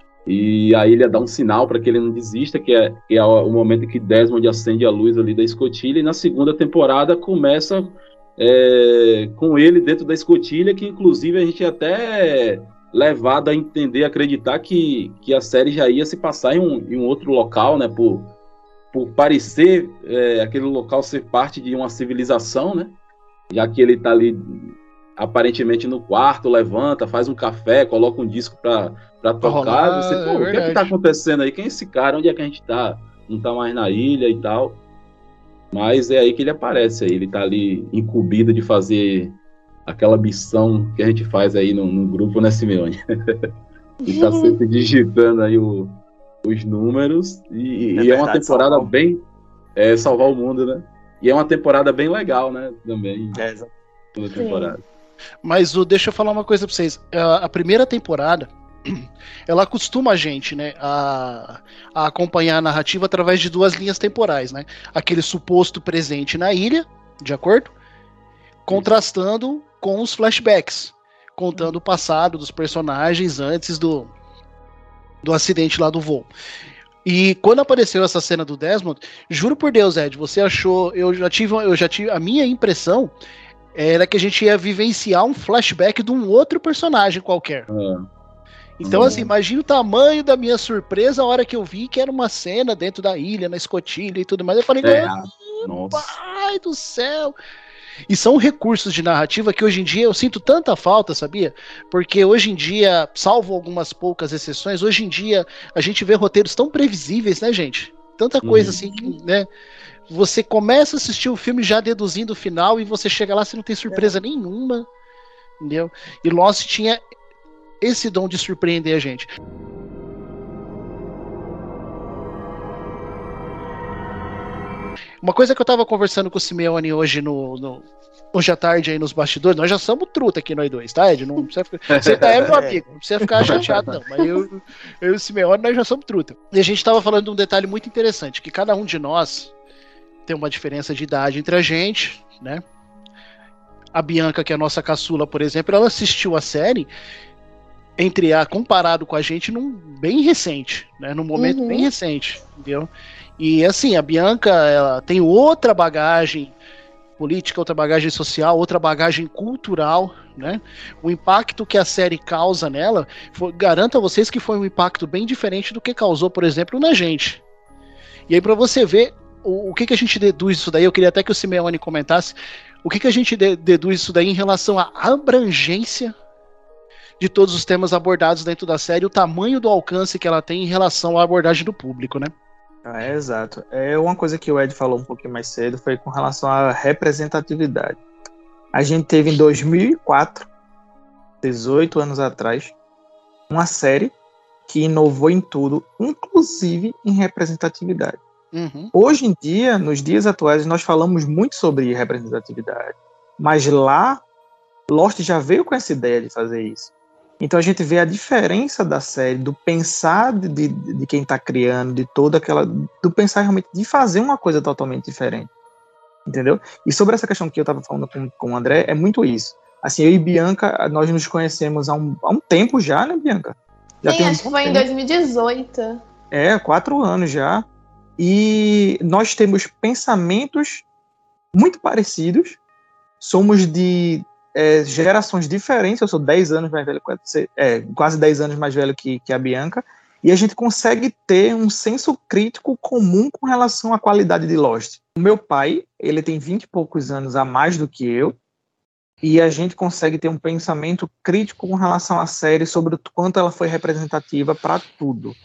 E a ilha dá um sinal para que ele não desista, que é, que é o momento em que Desmond acende a luz ali da escotilha, e na segunda temporada começa é, com ele dentro da escotilha, que inclusive a gente até levado a entender, acreditar que, que a série já ia se passar em um, em um outro local, né, por, por parecer é, aquele local ser parte de uma civilização, né, já que ele tá ali aparentemente no quarto, levanta, faz um café, coloca um disco pra, pra tocar, oh, você, pô, é o que é que tá acontecendo aí? Quem é esse cara? Onde é que a gente tá? Não tá mais na ilha e tal, mas é aí que ele aparece, aí ele tá ali incumbido de fazer aquela missão que a gente faz aí no, no grupo, né, Simeone? E tá sempre digitando aí o, os números, e é, e é uma temporada salvar. bem... É, salvar o mundo, né? E é uma temporada bem legal, né, também. É, exato. Toda temporada. Mas o, deixa eu falar uma coisa pra vocês. A, a primeira temporada, ela acostuma a gente, né, a, a acompanhar a narrativa através de duas linhas temporais, né? Aquele suposto presente na ilha, de acordo? Contrastando com os flashbacks, contando o passado dos personagens antes do, do acidente lá do voo. E quando apareceu essa cena do Desmond, juro por Deus, Ed, você achou, eu já tive, eu já tive, a minha impressão era que a gente ia vivenciar um flashback de um outro personagem qualquer. Uhum. Então, uhum. assim, imagina o tamanho da minha surpresa a hora que eu vi que era uma cena dentro da ilha, na escotilha e tudo mais. Eu falei, é. Nossa. Pai do céu! E são recursos de narrativa que hoje em dia eu sinto tanta falta, sabia? Porque hoje em dia, salvo algumas poucas exceções, hoje em dia a gente vê roteiros tão previsíveis, né, gente? Tanta coisa uhum. assim, que, né? Você começa a assistir o filme já deduzindo o final e você chega lá, você não tem surpresa é. nenhuma, entendeu? E Lost tinha esse dom de surpreender a gente. Uma coisa que eu tava conversando com o Simeone hoje no, no hoje à tarde aí nos bastidores, nós já somos truta aqui nós dois, tá, Ed? Não precisa ficar, você tá, é meu amigo, não precisa ficar chateado não, mas eu, eu e o Simeone nós já somos truta. E a gente tava falando de um detalhe muito interessante, que cada um de nós tem uma diferença de idade entre a gente, né? A Bianca, que é a nossa caçula, por exemplo, ela assistiu a série entre a comparado com a gente num bem recente, né? Num momento uhum. bem recente, entendeu? E assim, a Bianca, ela tem outra bagagem política, outra bagagem social, outra bagagem cultural, né? O impacto que a série causa nela, foi, garanto a vocês que foi um impacto bem diferente do que causou, por exemplo, na gente. E aí, para você ver o, o que, que a gente deduz disso daí, eu queria até que o Simeone comentasse O que, que a gente de- deduz isso daí em relação à abrangência de todos os temas abordados dentro da série, o tamanho do alcance que ela tem em relação à abordagem do público, né? Ah, é exato. É uma coisa que o Ed falou um pouquinho mais cedo, foi com relação à representatividade. A gente teve em dois mil e quatro, dezoito anos atrás, uma série que inovou em tudo, inclusive em representatividade. Uhum. Hoje em dia, nos dias atuais, nós falamos muito sobre representatividade, mas lá, Lost já veio com essa ideia de fazer isso. Então a gente vê a diferença da série, do pensar de, de, de quem está criando, de toda aquela, do pensar realmente de fazer uma coisa totalmente diferente, entendeu? E sobre essa questão que eu estava falando com, com o André, é muito isso. Assim, eu e Bianca, nós nos conhecemos há um, há um tempo já, né, Bianca? Já Sim, tem um acho que bom foi em tempo. dois mil e dezoito. É, quatro anos já. E nós temos pensamentos muito parecidos. Somos de é, gerações diferentes. Eu sou dez anos mais velho, é, quase dez anos mais velho que, que a Bianca. E a gente consegue ter um senso crítico comum com relação à qualidade de Lost. O meu pai, ele tem vinte e poucos anos a mais do que eu. E a gente consegue ter um pensamento crítico com relação à série sobre o quanto ela foi representativa para tudo.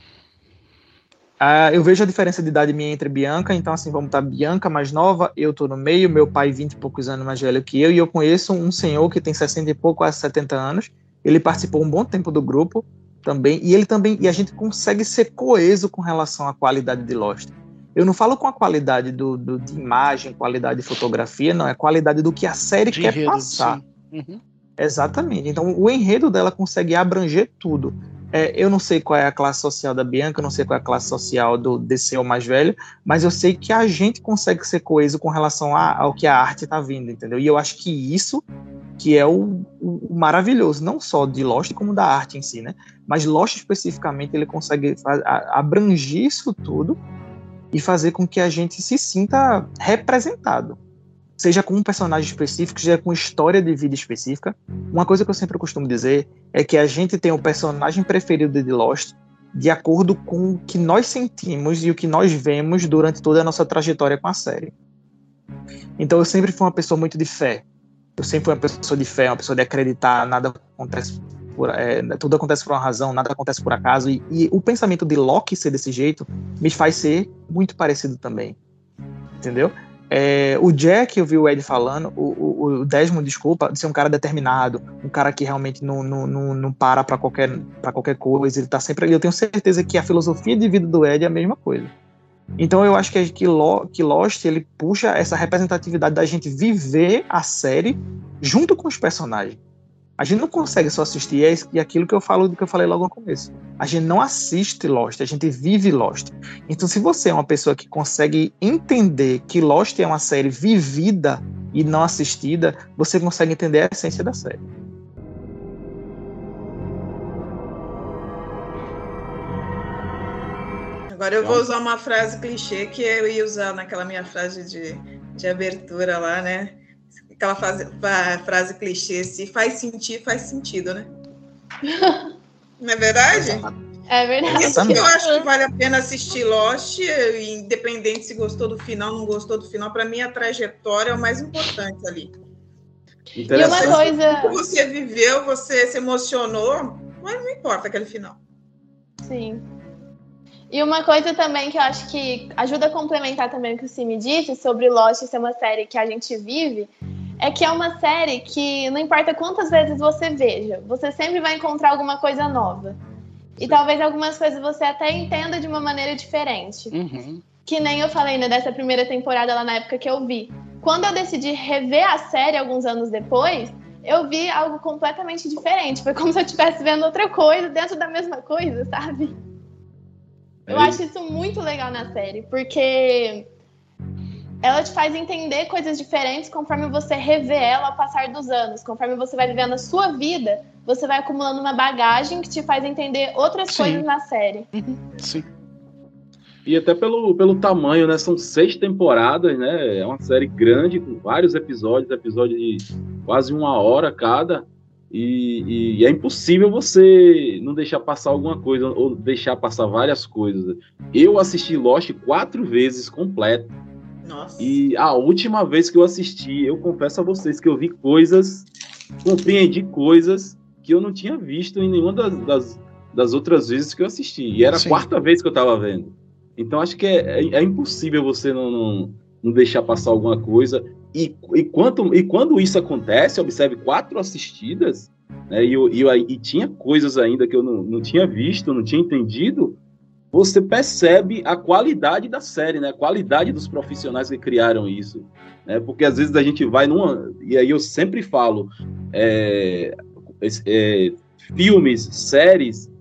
Uh, eu vejo a diferença de idade minha entre Bianca, então assim, vamos estar Bianca mais nova, eu tô no meio, meu pai vinte e poucos anos mais velho que eu, e eu conheço um senhor que tem sessenta e pouco, quase setenta anos, ele participou um bom tempo do grupo também, e ele também, e a gente consegue ser coeso com relação à qualidade de Lost. Eu não falo com a qualidade do, do, de imagem, qualidade de fotografia, não, é a qualidade do que a série De quer enredo, passar. Uhum. Exatamente, então o enredo dela consegue abranger tudo. É, eu não sei qual é a classe social da Bianca, eu não sei qual é a classe social do desse eu mais velho, mas eu sei que a gente consegue ser coeso com relação a, ao que a arte está vindo, entendeu? E eu acho que isso que é o, o, o maravilhoso, não só de Lost, como da arte em si, né? Mas Lost especificamente, ele consegue faz, a, abranger isso tudo e fazer com que a gente se sinta representado. Seja com um personagem específico, seja com história de vida específica. Uma coisa que eu sempre costumo dizer é que a gente tem o personagem preferido de Lost de acordo com o que nós sentimos e o que nós vemos durante toda a nossa trajetória com a série. Então eu sempre fui uma pessoa muito de fé. Eu sempre fui uma pessoa de fé, uma pessoa de acreditar, nada acontece por, é, tudo acontece por uma razão, nada acontece por acaso. E, e o pensamento de Loki ser desse jeito me faz ser muito parecido também. Entendeu? É, o Jack, eu vi o Ed falando, o, o, o Desmond, desculpa, de ser um cara determinado, um cara que realmente não, não, não, não para pra qualquer, pra qualquer coisa, ele tá sempre ali. Eu tenho certeza que a filosofia de vida do Ed é a mesma coisa. Então eu acho que, que, Lo, que Lost, ele puxa essa representatividade da gente viver a série junto com os personagens. A gente não consegue só assistir, é, e aquilo que eu falo, que eu falei logo no começo. A gente não assiste Lost, a gente vive Lost. Então, se você é uma pessoa que consegue entender que Lost é uma série vivida e não assistida, você consegue entender a essência da série. Agora eu vou usar uma frase clichê que eu ia usar naquela minha frase de, de abertura lá, né? Aquela frase, frase clichê, se faz sentir, faz sentido, né? Não é verdade? É verdade. Isso que eu acho que vale a pena assistir Lost, independente se gostou do final, não gostou do final. Para mim, a trajetória é o mais importante ali. E uma coisa... O que você viveu, você se emocionou, mas não importa aquele final. Sim. E uma coisa também que eu acho que ajuda a complementar também o que o Cime disse sobre Lost ser uma série que a gente vive, é que é uma série que não importa quantas vezes você veja, você sempre vai encontrar alguma coisa nova. E talvez algumas coisas você até entenda de uma maneira diferente. Uhum. Que nem eu falei, né, dessa primeira temporada lá na época que eu vi. Quando eu decidi rever a série alguns anos depois, eu vi algo completamente diferente. Foi como se eu estivesse vendo outra coisa dentro da mesma coisa, sabe? Eu é. acho isso muito legal na série, porque ela te faz entender coisas diferentes conforme você revê ela ao passar dos anos. Conforme você vai vivendo a sua vida, você vai acumulando uma bagagem que te faz entender outras Sim. coisas na série. Sim. E até pelo, pelo tamanho, né? São seis temporadas, né? É uma série grande, com vários episódios, episódios de quase uma hora cada. E, e é impossível você não deixar passar alguma coisa, ou deixar passar várias coisas. Eu assisti Lost quatro vezes completo. Nossa. E a última vez que eu assisti, eu confesso a vocês que eu vi coisas, compreendi coisas que eu não tinha visto em nenhuma das, das, das outras vezes que eu assisti. E era Sim. a quarta vez que eu estava vendo. Então acho que é, é, é impossível você não, não, não deixar passar alguma coisa. E, e, quanto, e quando isso acontece, observe quatro assistidas, né, e, eu, e, eu, e tinha coisas ainda que eu não, não tinha visto, não tinha entendido, você percebe a qualidade da série, né? A qualidade dos profissionais que criaram isso. Né? Porque às vezes a gente vai numa... E aí eu sempre falo, é, é, filmes, séries,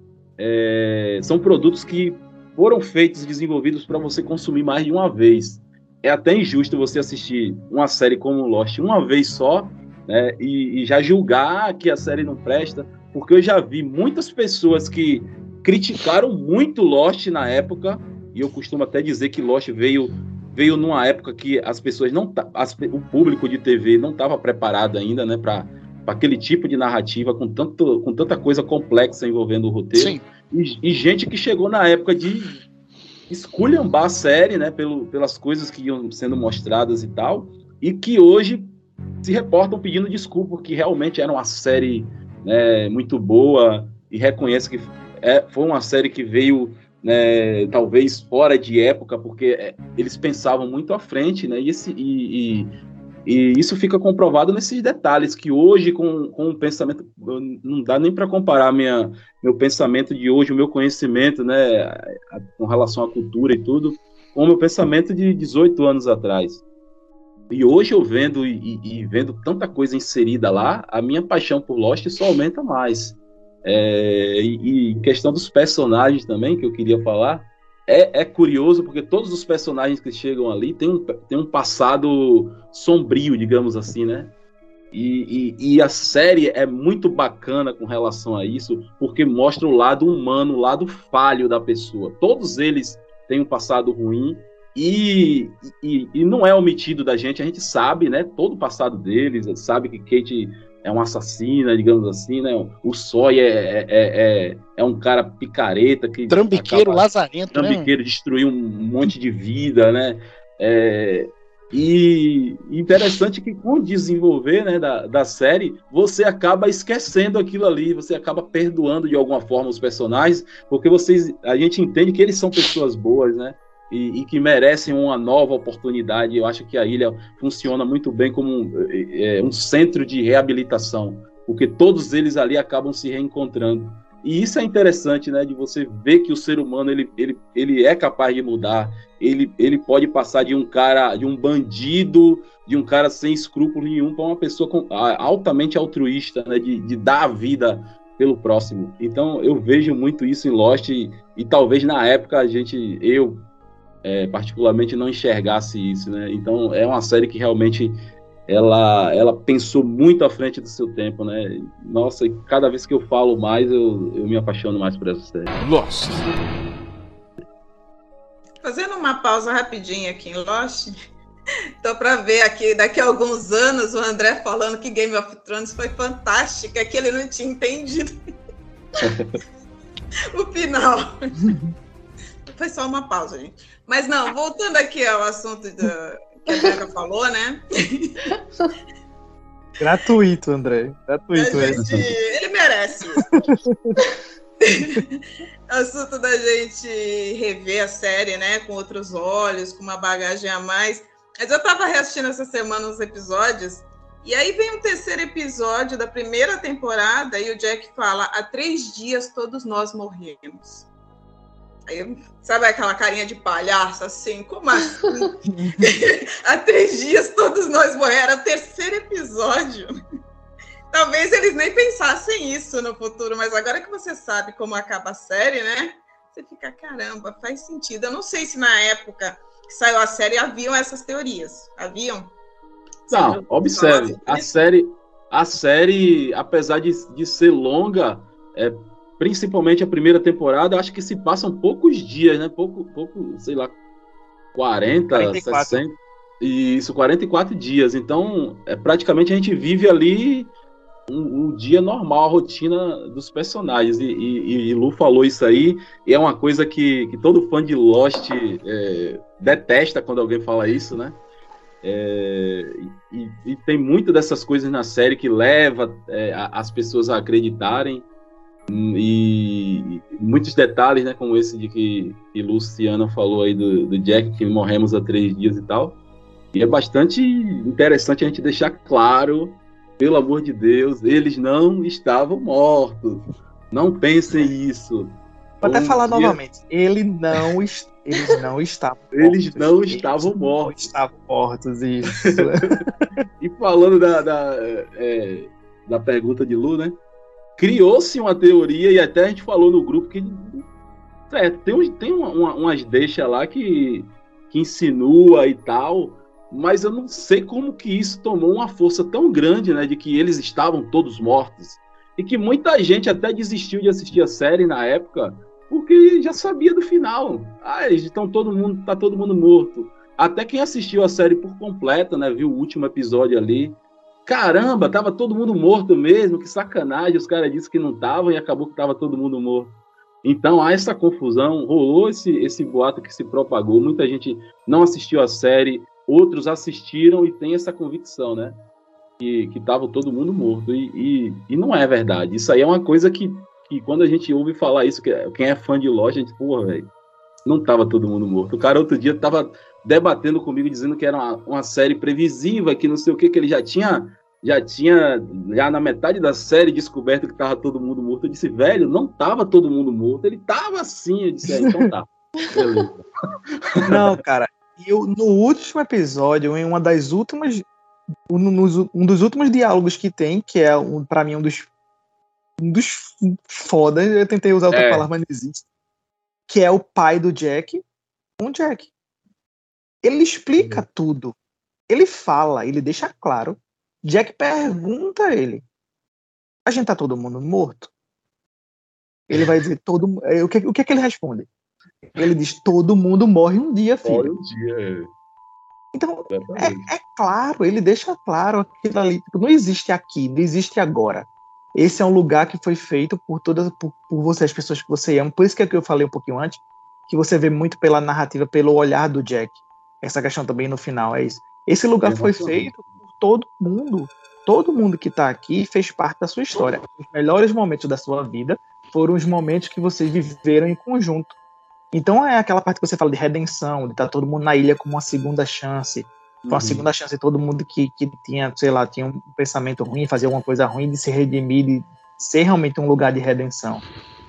é, são produtos que foram feitos e desenvolvidos para você consumir mais de uma vez. É até injusto você assistir uma série como Lost uma vez só, né? e, e já julgar que a série não presta, porque eu já vi muitas pessoas que criticaram muito Lost na época, e eu costumo até dizer que Lost veio, veio numa época que as pessoas não, as, o público de T V não estava preparado ainda, né, para aquele tipo de narrativa com, tanto, com tanta coisa complexa envolvendo o roteiro. Sim. E, e gente que chegou na época de esculhambar a série, né, pelo, pelas coisas que iam sendo mostradas e tal, e que hoje se reportam pedindo desculpa, porque realmente era uma série, né, muito boa, e reconhece que É, foi uma série que veio, né, talvez fora de época, porque é, eles pensavam muito à frente, né, e, esse, e, e, e isso fica comprovado nesses detalhes, que hoje, com, com o pensamento, não dá nem para comparar minha, meu pensamento de hoje, o meu conhecimento, né, a, com relação à cultura e tudo, com o meu pensamento de dezoito anos atrás. E hoje eu vendo e, e, e vendo tanta coisa inserida lá, a minha paixão por Lost só aumenta mais. É, e, e questão dos personagens também, que eu queria falar, é, é curioso porque todos os personagens que chegam ali têm um, têm um passado sombrio, digamos assim, né? E, e, e a série é muito bacana com relação a isso, porque mostra o lado humano, o lado falho da pessoa. Todos eles têm um passado ruim e, e, e não é omitido da gente, a gente sabe, né? Todo o passado deles, sabe que Kate é uma assassina, digamos assim, né? O Sawyer é, é, é, é um cara picareta que trambiqueiro, acaba, lazarento, trambiqueiro, né? destruiu um monte de vida, né? É, e interessante que com o desenvolver, né, da, da série, você acaba esquecendo aquilo ali, você acaba perdoando de alguma forma os personagens, porque vocês, a gente entende que eles são pessoas boas, né? E, e que merecem uma nova oportunidade. Eu acho que a ilha funciona muito bem como um, é, um centro de reabilitação, porque todos eles ali acabam se reencontrando. E isso é interessante, né, de você ver que o ser humano ele, ele, ele é capaz de mudar, ele, ele pode passar de um cara, de um bandido, de um cara sem escrúpulo nenhum, para uma pessoa com, altamente altruísta, né, de, de dar a vida pelo próximo. Então eu vejo muito isso em Lost, e, e talvez na época a gente, eu É, particularmente não enxergasse isso, né? Então é uma série que realmente ela, ela pensou muito à frente do seu tempo, né? Nossa, e cada vez que eu falo mais, eu, eu me apaixono mais por essa série. Lost. Fazendo uma pausa rapidinho aqui em Lost, tô para ver aqui, daqui a alguns anos, o André falando que Game of Thrones foi fantástica, que ele não tinha entendido o final. Foi só uma pausa, gente. Mas não, voltando aqui ao assunto da, que a Bianca falou, né? Gratuito, André. Gratuito. Gente, ele merece isso. Assunto da gente rever a série, né? Com outros olhos, com uma bagagem a mais. Mas eu tava reassistindo essa semana os episódios, e aí vem o terceiro episódio da primeira temporada, e o Jack fala: há três dias todos nós morremos. Aí, sabe aquela carinha de palhaço, assim? Como assim? Há três dias todos nós morremos. Era o terceiro episódio. Talvez eles nem pensassem isso no futuro, mas agora que você sabe como acaba a série, né? Você fica, caramba, faz sentido. Eu não sei se na época que saiu a série haviam essas teorias. Haviam? Não, observe. A série, a série, apesar de, de ser longa, é... principalmente a primeira temporada, acho que se passam poucos dias, né? Pouco, pouco, sei lá, quarenta, quarenta e quatro. sessenta. Isso, quarenta e quatro dias. Então, é, praticamente a gente vive ali um, um dia normal, a rotina dos personagens. E, e, e Lu falou isso aí, e é uma coisa que, que todo fã de Lost é, detesta quando alguém fala isso, né? É, e, e tem muito dessas coisas na série que leva é, a, as pessoas a acreditarem. E muitos detalhes, né, como esse de que, que Luciana falou aí do, do Jack, que morremos há três dias e tal. E é bastante interessante a gente deixar claro, pelo amor de Deus, eles não estavam mortos. Não pensem isso. Vou até Um falar dia... novamente. Ele não est... Eles não estavam Eles mortos. não estavam eles mortos. Não estavam mortos, isso. E falando da, da, é, da pergunta de Lu, né? Criou-se uma teoria, e até a gente falou no grupo que certo, tem, um, tem uma, uma, umas deixas lá que, que insinua e tal, mas eu não sei como que isso tomou uma força tão grande, né, de que eles estavam todos mortos, e que muita gente até desistiu de assistir a série na época, porque já sabia do final. Ah, eles estão todo mundo, tá todo mundo morto. Até quem assistiu a série por completa, né, viu o último episódio ali, caramba, tava todo mundo morto mesmo, que sacanagem, os caras disseram que não estavam e acabou que tava todo mundo morto. Então há essa confusão, rolou esse, esse boato que se propagou, muita gente não assistiu a série, outros assistiram e tem essa convicção, né, que, que tava todo mundo morto, e, e, e não é verdade. Isso aí é uma coisa que, que quando a gente ouve falar isso, que quem é fã de Lost, a gente, porra, velho, não tava todo mundo morto. O cara outro dia tava debatendo comigo, dizendo que era uma, uma série previsível, que não sei o que, que ele já tinha, já tinha, já na metade da série, descoberto que tava todo mundo morto. Eu disse, velho, não tava todo mundo morto, ele tava assim. Eu disse, é, então tá. Beleza. Não, cara, eu, no último episódio, em uma das últimas, um, um dos últimos diálogos que tem, que é, um, pra mim, um dos, um dos foda, eu tentei usar outra É. palavra, mas não existe, que é o pai do Jack, um Jack. Ele explica uhum. tudo. Ele fala, ele deixa claro. Jack pergunta a ele: a gente tá todo mundo morto? Ele vai dizer, todo o que, o que é que ele responde? Ele diz, todo mundo morre um dia, filho. Morre um dia. Então, é, é claro, ele deixa claro aquilo ali. Tipo, não existe aqui, não existe agora. Esse é um lugar que foi feito por todas, por, por você, as pessoas que você ama. Por isso que é que eu falei um pouquinho antes, que você vê muito pela narrativa, pelo olhar do Jack. Essa questão também no final é isso. Esse lugar foi feito por todo mundo. Todo mundo que está aqui fez parte da sua história. Os melhores momentos da sua vida foram os momentos que vocês viveram em conjunto. Então é aquela parte que você fala de redenção, de estar todo mundo na ilha como uma segunda chance. Foi uma uhum. segunda chance de todo mundo que, que tinha, sei lá, tinha um pensamento ruim, fazia alguma coisa ruim, de se redimir, de ser realmente um lugar de redenção.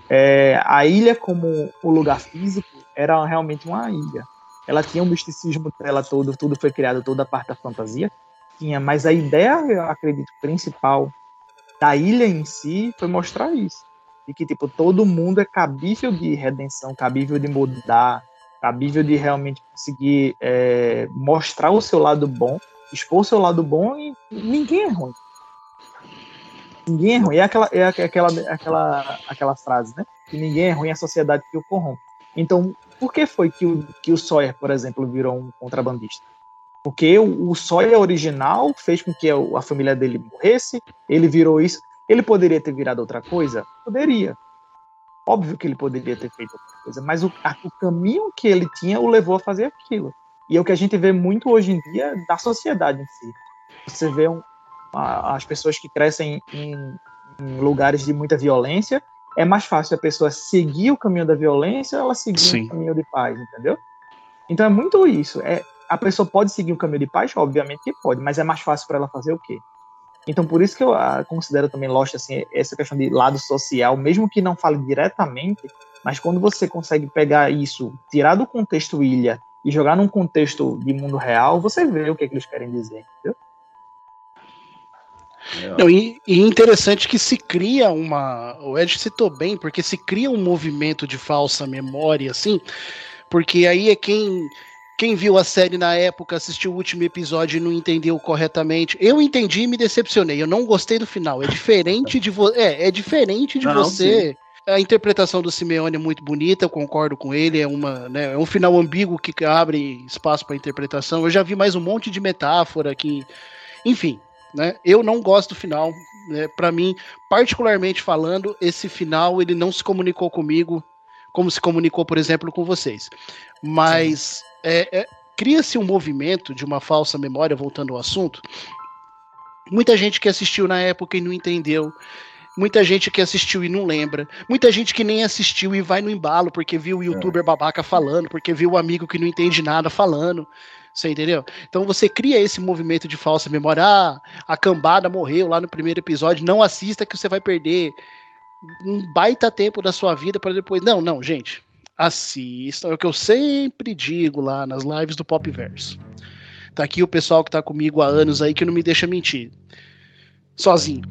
É, a ilha como o lugar físico era realmente uma ilha. Ela tinha um misticismo dela todo, tudo foi criado, toda a parte da fantasia tinha, mas a ideia, eu acredito, principal da ilha em si foi mostrar isso, de que tipo, todo mundo é cabível de redenção, cabível de mudar, cabível de realmente conseguir é, mostrar o seu lado bom, expor o seu lado bom, e ninguém é ruim. Ninguém é ruim. É aquela, é aquela, aquela, aquela frase, né? Que ninguém é ruim, é a sociedade que o corrompe. Então, por que foi que o, que o Sawyer, por exemplo, virou um contrabandista? Porque o, o Sawyer original fez com que a, a família dele morresse, ele virou isso. Ele poderia ter virado outra coisa? Poderia. Óbvio que ele poderia ter feito outra coisa, mas o, a, o caminho que ele tinha o levou a fazer aquilo. E é o que a gente vê muito hoje em dia da sociedade em si. Você vê um, a, as pessoas que crescem em, em lugares de muita violência, é mais fácil a pessoa seguir o caminho da violência ou ela seguir Sim. o caminho de paz, entendeu? Então é muito isso. É, a pessoa pode seguir o caminho de paz? Obviamente que pode, mas é mais fácil para ela fazer o quê? Então por isso que eu a, considero também Lost assim, essa questão de lado social, mesmo que não fale diretamente, mas quando você consegue pegar isso, tirar do contexto ilha e jogar num contexto de mundo real, você vê o que, é que eles querem dizer, entendeu? Não, e, e interessante que se cria uma... O Ed citou bem, porque se cria um movimento de falsa memória, assim, porque aí é quem... Quem viu a série na época, assistiu o último episódio e não entendeu corretamente. Eu entendi e me decepcionei. Eu não gostei do final. É diferente de, vo... é, é diferente de não, você... Sim. A interpretação do Simeone é muito bonita, eu concordo com ele. É, uma, né, é um final ambíguo que abre espaço para interpretação. Eu já vi mais um monte de metáfora que... Enfim, né? Eu não gosto do final. né, para mim, particularmente falando, esse final ele não se comunicou comigo como se comunicou, por exemplo, com vocês. Mas é, é, cria-se um movimento de uma falsa memória, voltando ao assunto. Muita gente que assistiu na época e não entendeu. Muita gente que assistiu e não lembra. Muita gente que nem assistiu e vai no embalo porque viu o youtuber babaca falando, porque viu o amigo que não entende nada falando. Você entendeu? Então você cria esse movimento de falsa memória. Ah, a cambada morreu lá no primeiro episódio. Não assista que você vai perder um baita tempo da sua vida para depois. Não, não, gente. Assistam. É o que eu sempre digo lá nas lives do Popverso. Tá aqui o pessoal que tá comigo há anos aí que não me deixa mentir. Sozinho.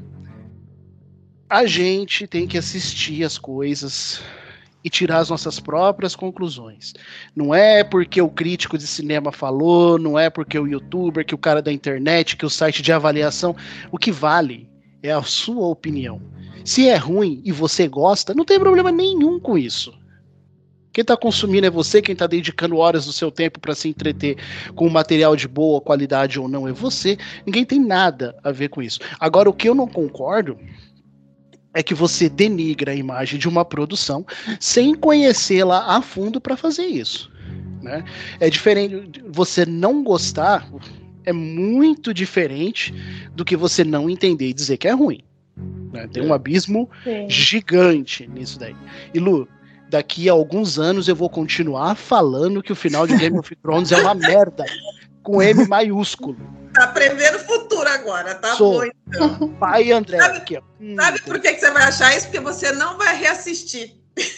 A gente tem que assistir as coisas e tirar as nossas próprias conclusões. Não é porque o crítico de cinema falou, não é porque o youtuber, que o cara da internet, que o site de avaliação. O que vale é a sua opinião. Se é ruim e você gosta, não tem problema nenhum com isso. Quem está consumindo é você, quem está dedicando horas do seu tempo para se entreter com um material de boa qualidade ou não é você. Ninguém tem nada a ver com isso. Agora, o que eu não concordo é que você denigra a imagem de uma produção sem conhecê-la a fundo para fazer isso, né? É diferente, você não gostar é muito diferente do que você não entender e dizer que é ruim, né? Tem um abismo Sim. gigante nisso daí. E Lu, daqui a alguns anos eu vou continuar falando que o final de Game of Thrones é uma merda, com M maiúsculo. Tá prevendo o futuro agora, tá Sou. bom então. Pai André. Sabe, aqui, ó. Hum, sabe por que, que você vai achar isso? Porque você não vai reassistir.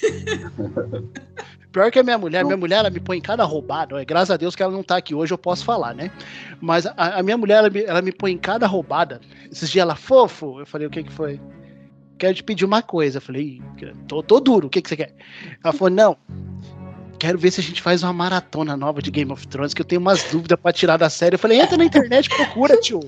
Pior que a minha mulher, minha mulher ela me põe em cada roubada, é, graças a Deus que ela não tá aqui hoje, eu posso falar, né? Mas a, a minha mulher, ela me, ela me põe em cada roubada. Esses dias ela, fofo, eu falei, o que que foi? Quero te pedir uma coisa. Eu falei, tô, tô duro, o que que você quer? Ela falou, não, quero ver se a gente faz uma maratona nova de Game of Thrones, que eu tenho umas dúvidas pra tirar da série. Eu falei, entra na internet e procura, tio.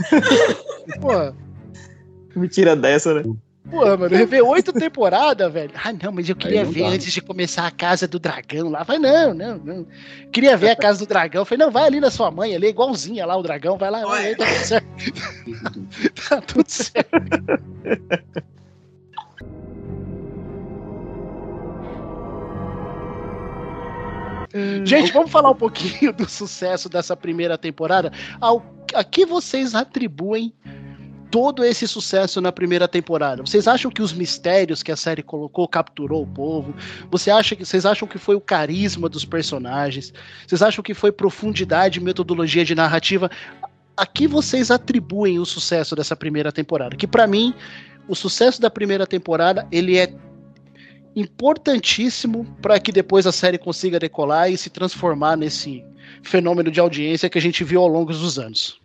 Pô. Me tira dessa, né? Pô, mano, eu revi oito temporadas, velho. Ah, não, mas eu queria ver dá. antes de começar a Casa do Dragão lá. Eu falei, não, não, não. Queria ver a Casa do Dragão. Eu falei, não, vai ali na sua mãe, ali, igualzinha lá o dragão. Vai lá, vai lá, tá tudo certo. Tá tudo certo. Gente, vamos falar um pouquinho do sucesso dessa primeira temporada. Ao, a que vocês atribuem todo esse sucesso na primeira temporada? Vocês acham que os mistérios que a série colocou capturou o povo? Você acha que, vocês acham que foi o carisma dos personagens? Vocês acham que foi profundidade e metodologia de narrativa? A que vocês atribuem o sucesso dessa primeira temporada? Que pra mim, o sucesso da primeira temporada, ele é importantíssimo para que depois a série consiga decolar e se transformar nesse fenômeno de audiência que a gente viu ao longo dos anos.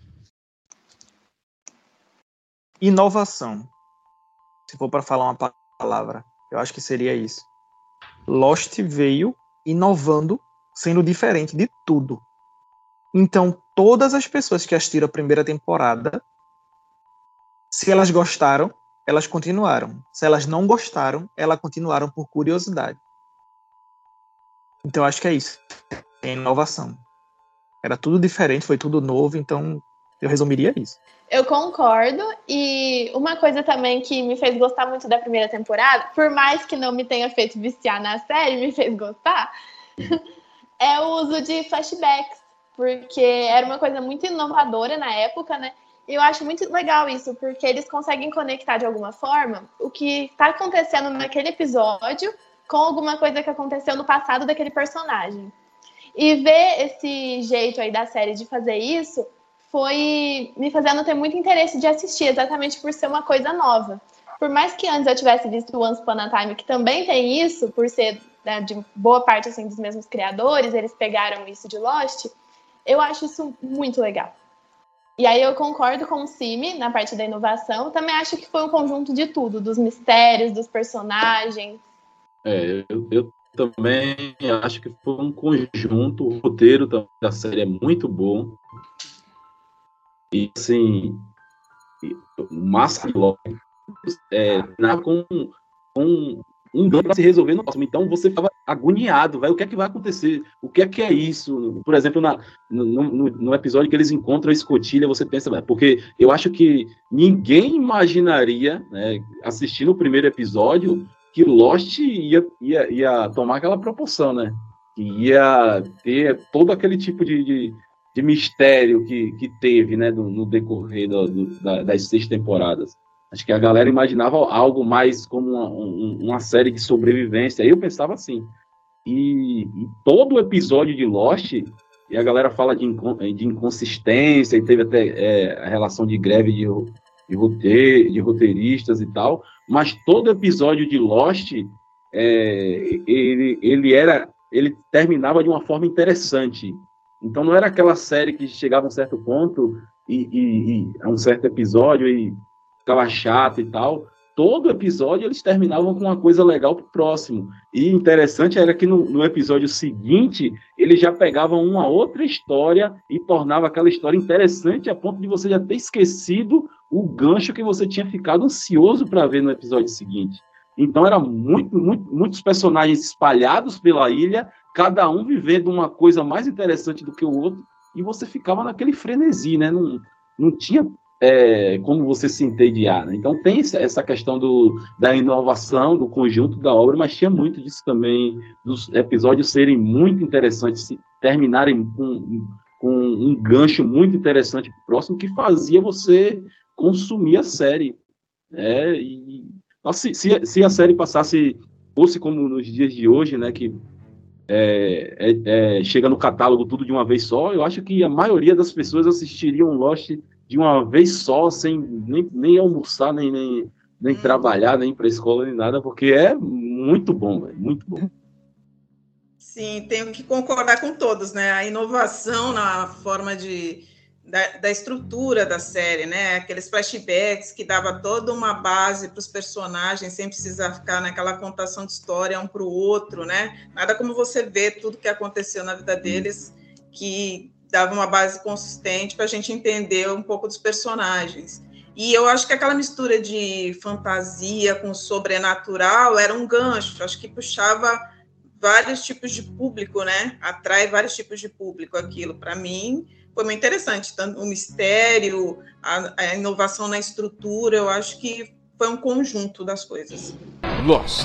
Inovação. Se for para falar uma palavra, eu acho que seria isso. Lost veio inovando, sendo diferente de tudo. Então, todas as pessoas que assistiram a primeira temporada, se elas gostaram, elas continuaram. Se elas não gostaram, elas continuaram por curiosidade. Então, acho que é isso. É inovação. Era tudo diferente, foi tudo novo, então eu resumiria isso. Eu concordo, e uma coisa também que me fez gostar muito da primeira temporada, por mais que não me tenha feito viciar na série, me fez gostar, é o uso de flashbacks, porque era uma coisa muito inovadora na época, né? E eu acho muito legal isso, porque eles conseguem conectar de alguma forma o que está acontecendo naquele episódio com alguma coisa que aconteceu no passado daquele personagem. E ver esse jeito aí da série de fazer isso foi me fazendo ter muito interesse de assistir, exatamente por ser uma coisa nova. Por mais que antes eu tivesse visto Once Upon a Time, que também tem isso, por ser, né, de boa parte assim, dos mesmos criadores, eles pegaram isso de Lost, eu acho isso muito legal. E aí eu concordo com o Simi na parte da inovação, também acho que foi um conjunto de tudo, dos mistérios, dos personagens. É, eu, eu também acho que foi um conjunto, o roteiro da série é muito bom. E assim, o massa é, com, com um dano para se resolver no próximo. Então você ficava agoniado, vai, o que é que vai acontecer? O que é que é isso? Por exemplo, na, no, no, no episódio que eles encontram a escotilha, você pensa, porque eu acho que ninguém imaginaria, né, assistindo o primeiro episódio, que Lost ia, ia, ia tomar aquela proporção, né? Que ia ter todo aquele tipo de, de, de mistério que, que teve, né, no, no decorrer do, do, da, das seis temporadas. Acho que a galera imaginava algo mais como uma, um, uma série de sobrevivência. Aí eu pensava assim. E, e todo o episódio de Lost, e a galera fala de, de inconsistência, e teve até é, a relação de greve de, de, roteir, de roteiristas e tal, mas todo episódio de Lost, é, ele, ele, era, ele terminava de uma forma interessante. Então não era aquela série que chegava a um certo ponto, e, e, e a um certo episódio, e ficava chato e tal. Todo episódio eles terminavam com uma coisa legal pro próximo. E interessante era que no, no episódio seguinte eles já pegavam uma outra história e tornava aquela história interessante a ponto de você já ter esquecido o gancho que você tinha ficado ansioso para ver no episódio seguinte. Então eram muito, muito, muitos personagens espalhados pela ilha, cada um vivendo uma coisa mais interessante do que o outro, e você ficava naquele frenesi, né? Não, não tinha É, como você se entediar, né? Então tem essa questão do, da inovação, do conjunto da obra, mas tinha muito disso também, dos episódios serem muito interessantes, se terminarem com, com um gancho muito interessante pro próximo, que fazia você consumir a série. É, e, se, se, se a série passasse, fosse como nos dias de hoje, né, que é, é, é, chega no catálogo tudo de uma vez só, eu acho que a maioria das pessoas assistiriam Lost de uma vez só, sem nem, nem almoçar, nem, nem, nem hum. trabalhar, nem ir para a escola, nem nada, porque é muito bom, véio, muito bom. Sim, tenho que concordar com todos, né? A inovação na forma de, da, da estrutura da série, né? Aqueles flashbacks que dava toda uma base para os personagens, sem precisar ficar naquela contação de história um para o outro, né? Nada como você ver tudo que aconteceu na vida deles, que dava uma base consistente para a gente entender um pouco dos personagens. E eu acho que aquela mistura de fantasia com sobrenatural era um gancho, acho que puxava vários tipos de público, né? Atrai vários tipos de público aquilo. Para mim, foi muito interessante. Tanto o mistério, a, a inovação na estrutura, eu acho que foi um conjunto das coisas. Lost.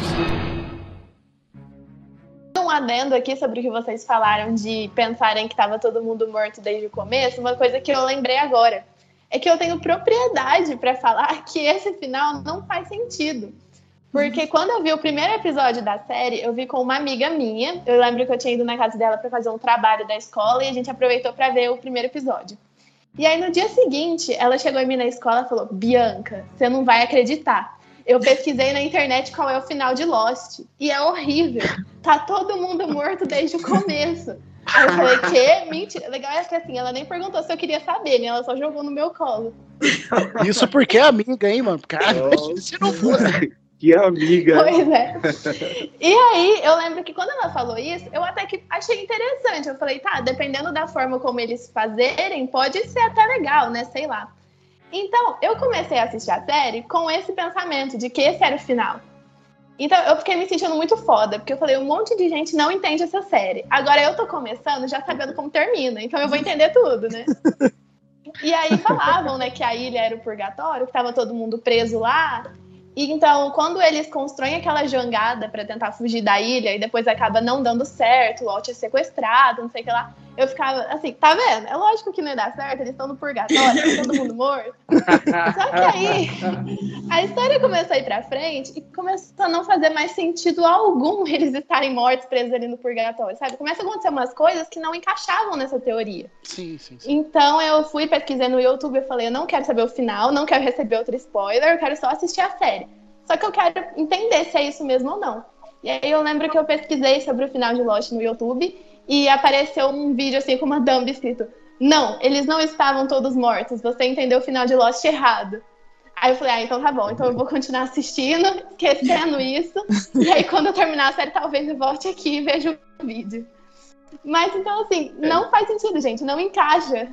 Um adendo aqui sobre o que vocês falaram de pensarem que estava todo mundo morto desde o começo, uma coisa que eu lembrei agora é que eu tenho propriedade para falar que esse final não faz sentido. Porque quando eu vi o primeiro episódio da série, eu vi com uma amiga minha. Eu lembro que eu tinha ido na casa dela para fazer um trabalho da escola e a gente aproveitou para ver o primeiro episódio. E aí no dia seguinte, ela chegou em mim na escola e falou: Bianca, você não vai acreditar. Eu pesquisei na internet qual é o final de Lost. E é horrível. Tá todo mundo morto desde o começo. Aí eu falei, que? Mentira. Legal é que assim, ela nem perguntou se eu queria saber, né? Ela só jogou no meu colo. Isso porque é amiga, hein, mano? Cara, se não fosse. Que amiga. Pois é. E aí, eu lembro que quando ela falou isso, eu até que achei interessante. Eu falei, tá, dependendo da forma como eles fazerem, pode ser até legal, né? Sei lá. Então, eu comecei a assistir a série com esse pensamento de que esse era o final. Então, eu fiquei me sentindo muito foda, porque eu falei, um monte de gente não entende essa série. Agora, eu tô começando já sabendo como termina, então eu vou entender tudo, né? E aí falavam, né, que a ilha era o purgatório, que tava todo mundo preso lá. E então, quando eles constroem aquela jangada pra tentar fugir da ilha e depois acaba não dando certo, o Walt é sequestrado, não sei o que lá, eu ficava assim, tá vendo? É lógico que não ia dar certo, eles estão no purgatório, tá todo mundo morto. Só que aí, a história começou a ir pra frente e começou a não fazer mais sentido algum eles estarem mortos, presos ali no purgatório, sabe? Começa a acontecer umas coisas que não encaixavam nessa teoria. Sim, sim, sim. Então eu fui pesquisar no YouTube, eu falei, eu não quero saber o final, não quero receber outro spoiler, eu quero só assistir a série. Só que eu quero entender se é isso mesmo ou não. E aí eu lembro que eu pesquisei sobre o final de Lost no YouTube e apareceu um vídeo assim com uma thumb escrito: não, eles não estavam todos mortos, você entendeu o final de Lost errado. Aí eu falei, ah, então tá bom, então eu vou continuar assistindo, esquecendo isso, e aí quando eu terminar a série talvez eu volte aqui e veja o vídeo. Mas então assim, não faz sentido, gente, não encaixa.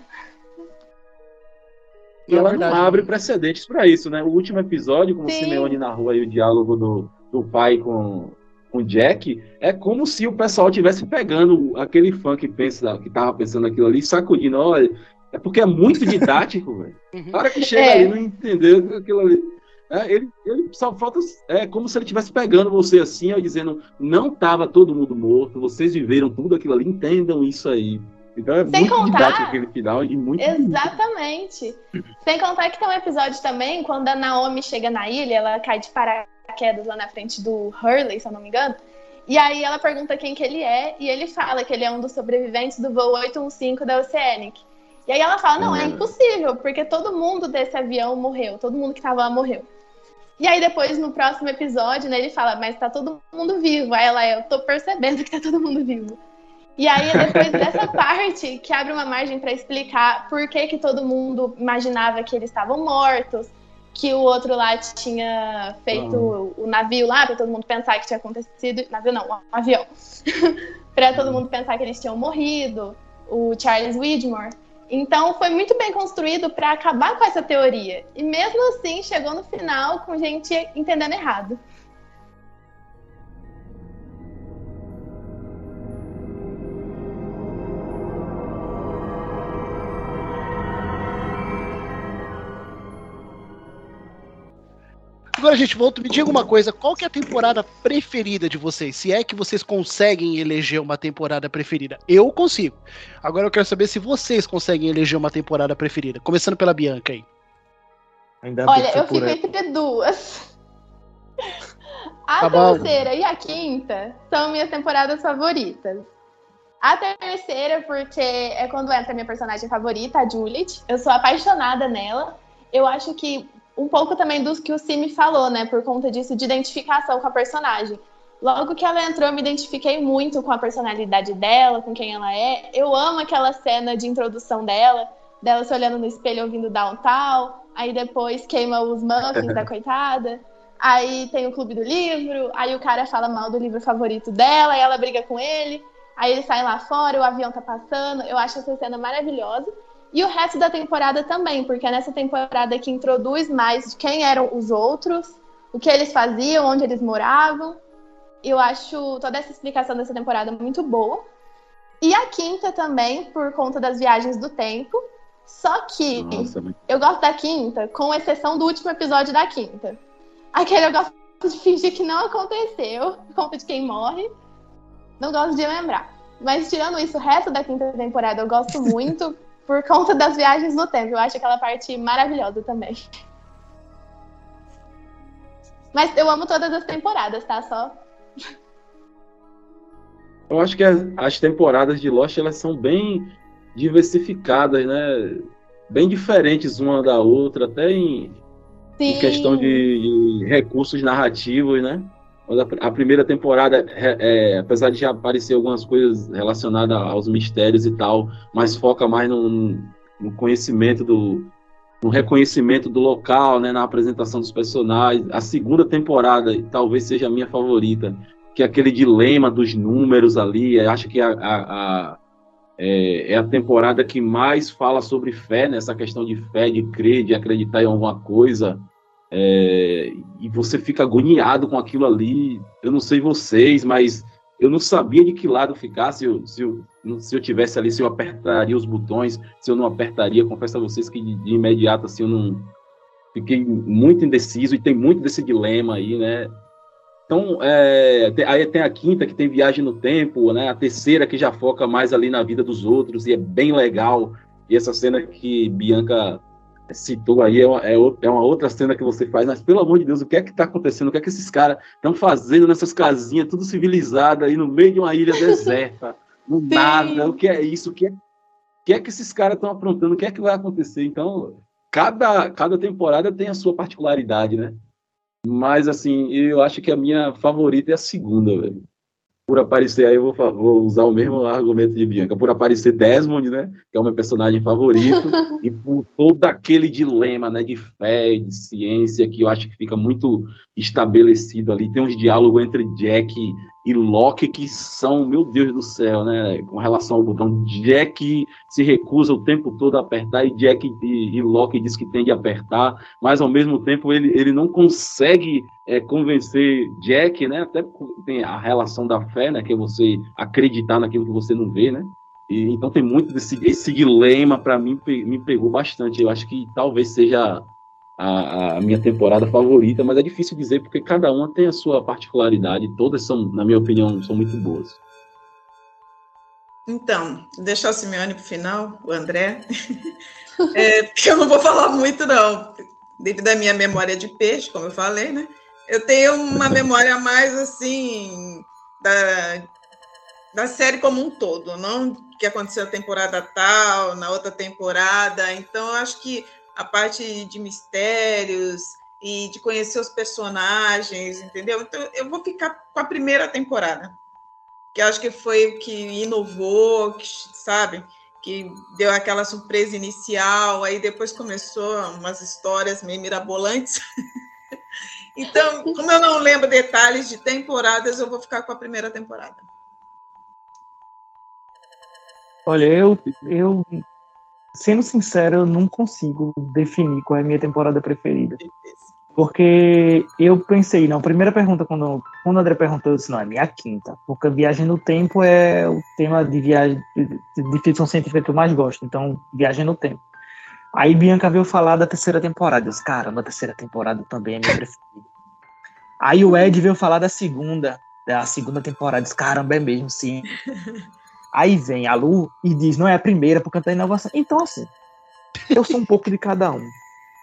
E ela não abre precedentes para isso, né? O último episódio, como Sim. o Simeone narrou aí o diálogo do, do pai com, com o Jack, é como se o pessoal estivesse pegando aquele fã que pensa, que tava pensando aquilo ali, sacudindo, olha, é porque é muito didático, velho. Na hora que chega é. ali, não entendeu aquilo ali. É, ele, ele só falta. É como se ele estivesse pegando você assim, ó, dizendo: não estava todo mundo morto, vocês viveram tudo aquilo ali, entendam isso aí. Então é Sem muito contar, didático aquele final e muito. Exatamente. Sem contar que tem um episódio também, quando a Naomi chega na ilha, ela cai de paraquedas lá na frente do Hurley, se eu não me engano. E aí ela pergunta quem que ele é, e ele fala que ele é um dos sobreviventes do voo oito um cinco da Oceanic. E aí ela fala: não, é impossível, porque todo mundo desse avião morreu, todo mundo que tava lá morreu. E aí depois, no próximo episódio, né, ele fala: mas tá todo mundo vivo. Aí ela: eu tô percebendo que tá todo mundo vivo. E aí é depois dessa parte que abre uma margem para explicar por que que todo mundo imaginava que eles estavam mortos, que o outro lá tinha feito uhum. o navio lá, pra todo mundo pensar que tinha acontecido... Navio não, um avião. Pra todo mundo pensar que eles tinham morrido, o Charles Widmore. Então foi muito bem construído para acabar com essa teoria. E mesmo assim chegou no final com gente entendendo errado. Agora, gente, volta, me diga uma coisa, qual que é a temporada preferida de vocês? Se é que vocês conseguem eleger uma temporada preferida. Eu consigo. Agora eu quero saber se vocês conseguem eleger uma temporada preferida. Começando pela Bianca aí. Ainda Olha, eu fico entre duas. A tá terceira bom. E a quinta são minhas temporadas favoritas. A terceira, porque é quando entra a minha personagem favorita, a Juliet. Eu sou apaixonada nela. Eu acho que um pouco também do que o Cime falou, né? Por conta disso, de identificação com a personagem. Logo que ela entrou, eu me identifiquei muito com a personalidade dela, com quem ela é. Eu amo aquela cena de introdução dela, dela se olhando no espelho ouvindo Downtown, aí depois queima os muffins da coitada, aí tem o clube do livro, aí o cara fala mal do livro favorito dela, aí ela briga com ele, aí eles saem lá fora, o avião tá passando. Eu acho essa cena maravilhosa. E o resto da temporada também, porque é nessa temporada que introduz mais de quem eram os outros, o que eles faziam, onde eles moravam. Eu acho toda essa explicação dessa temporada muito boa. E a quinta também, por conta das viagens do tempo. Só que Nossa, eu gosto da quinta, com exceção do último episódio da quinta. Aquele eu gosto de fingir que não aconteceu, por conta de quem morre. Não gosto de lembrar. Mas tirando isso, o resto da quinta temporada eu gosto muito. Por conta das viagens no tempo. Eu acho aquela parte maravilhosa também. Mas eu amo todas as temporadas, tá? Só... Eu acho que as, as temporadas de Lost, elas são bem diversificadas, né? Bem diferentes uma da outra, até em, em questão de, de recursos narrativos, né? A primeira temporada, é, é, apesar de já aparecer algumas coisas relacionadas aos mistérios e tal, mas foca mais no, no conhecimento do, no reconhecimento do local, né, na apresentação dos personagens. A segunda temporada talvez seja a minha favorita, que é aquele dilema dos números ali. Eu acho que a, a, a, é, é a temporada que mais fala sobre fé, né, essa questão de fé, de crer, de acreditar em alguma coisa. É, e você fica agoniado com aquilo ali. Eu não sei vocês, mas eu não sabia de que lado ficar, se eu, se eu, se eu tivesse ali, se eu apertaria os botões, se eu não apertaria. Confesso a vocês que de, de imediato assim, eu não fiquei muito indeciso, e tem muito desse dilema aí, né? Então, é, tem, aí tem a quinta, que tem viagem no tempo, né? A terceira, que já foca mais ali na vida dos outros, e é bem legal. E essa cena que Bianca citou aí, é uma, é uma outra cena que você faz, mas pelo amor de Deus, o que é que tá acontecendo? O que é que esses caras estão fazendo nessas casinhas, tudo civilizado aí no meio de uma ilha deserta, no nada? O que é isso? O que é, o que, é que esses caras estão aprontando? O que é que vai acontecer? Então, cada, cada temporada tem a sua particularidade, né? Mas, assim, eu acho que a minha favorita é a segunda, velho. Por aparecer, aí eu vou, vou usar o mesmo argumento de Bianca, por aparecer Desmond, né, que é o meu personagem favorito, e por todo aquele dilema, né, de fé, de ciência, que eu acho que fica muito estabelecido ali. Tem uns diálogos entre Jack e Locke que são, meu Deus do céu, né? Com relação ao botão, Jack se recusa o tempo todo a apertar e Jack e, e Locke diz que tem de apertar, mas ao mesmo tempo ele, ele não consegue é, convencer Jack, né? Até porque tem a relação da fé, né? Que é você acreditar naquilo que você não vê, né? E, então tem muito desse esse dilema, para mim, pe, me pegou bastante. Eu acho que talvez seja A, a minha temporada favorita, mas é difícil dizer porque cada uma tem a sua particularidade, todas são, na minha opinião, são muito boas. Então, deixar o Simeone para o final, o André, é, porque eu não vou falar muito não, devido à minha memória de peixe, como eu falei, né? Eu tenho uma memória mais assim da, da série como um todo, não que aconteceu na temporada tal, na outra temporada, então eu acho que a parte de mistérios e de conhecer os personagens, entendeu? Então, eu vou ficar com a primeira temporada, que acho que foi o que inovou, que, sabe? Que deu aquela surpresa inicial, aí depois começou umas histórias meio mirabolantes. Então, como eu não lembro detalhes de temporadas, eu vou ficar com a primeira temporada. Olha, eu... eu... Sendo sincero, eu não consigo definir qual é a minha temporada preferida. Porque eu pensei, não, a primeira pergunta, quando, quando o André perguntou, eu disse, não, é minha quinta. Porque a Viagem no Tempo é o tema de viagem de, de ficção científica que eu mais gosto. Então, Viagem no Tempo. Aí Bianca veio falar da terceira temporada. Eu disse, caramba, a terceira temporada também é minha preferida. Aí o Ed veio falar da segunda, da segunda temporada. Eu disse, caramba, é mesmo, sim. Aí vem a Lu e diz, não é a primeira, porque tá inovação. Então, assim, eu sou um pouco de cada um.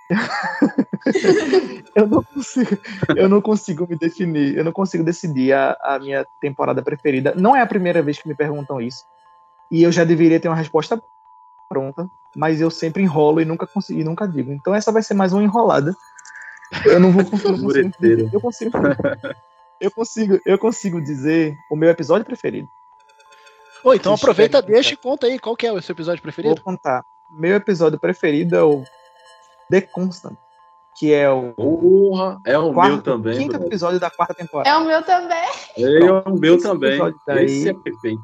eu, não consigo, eu não consigo me definir, eu não consigo decidir a, a minha temporada preferida. Não é a primeira vez que me perguntam isso. E eu já deveria ter uma resposta pronta, mas eu sempre enrolo e nunca consigo, nunca digo. Então essa vai ser mais uma enrolada. Eu não vou conseguir. Eu consigo, eu consigo, eu consigo dizer o meu episódio preferido. Ô, então Deixa aproveita, deixa e conta aí, qual que é o seu episódio preferido? Vou contar. Meu episódio preferido é o The Constant, que é o Porra, é o quarto, meu também. quinto bro. episódio da quarta temporada. É o meu também. É o meu também. Daí, esse é perfeito.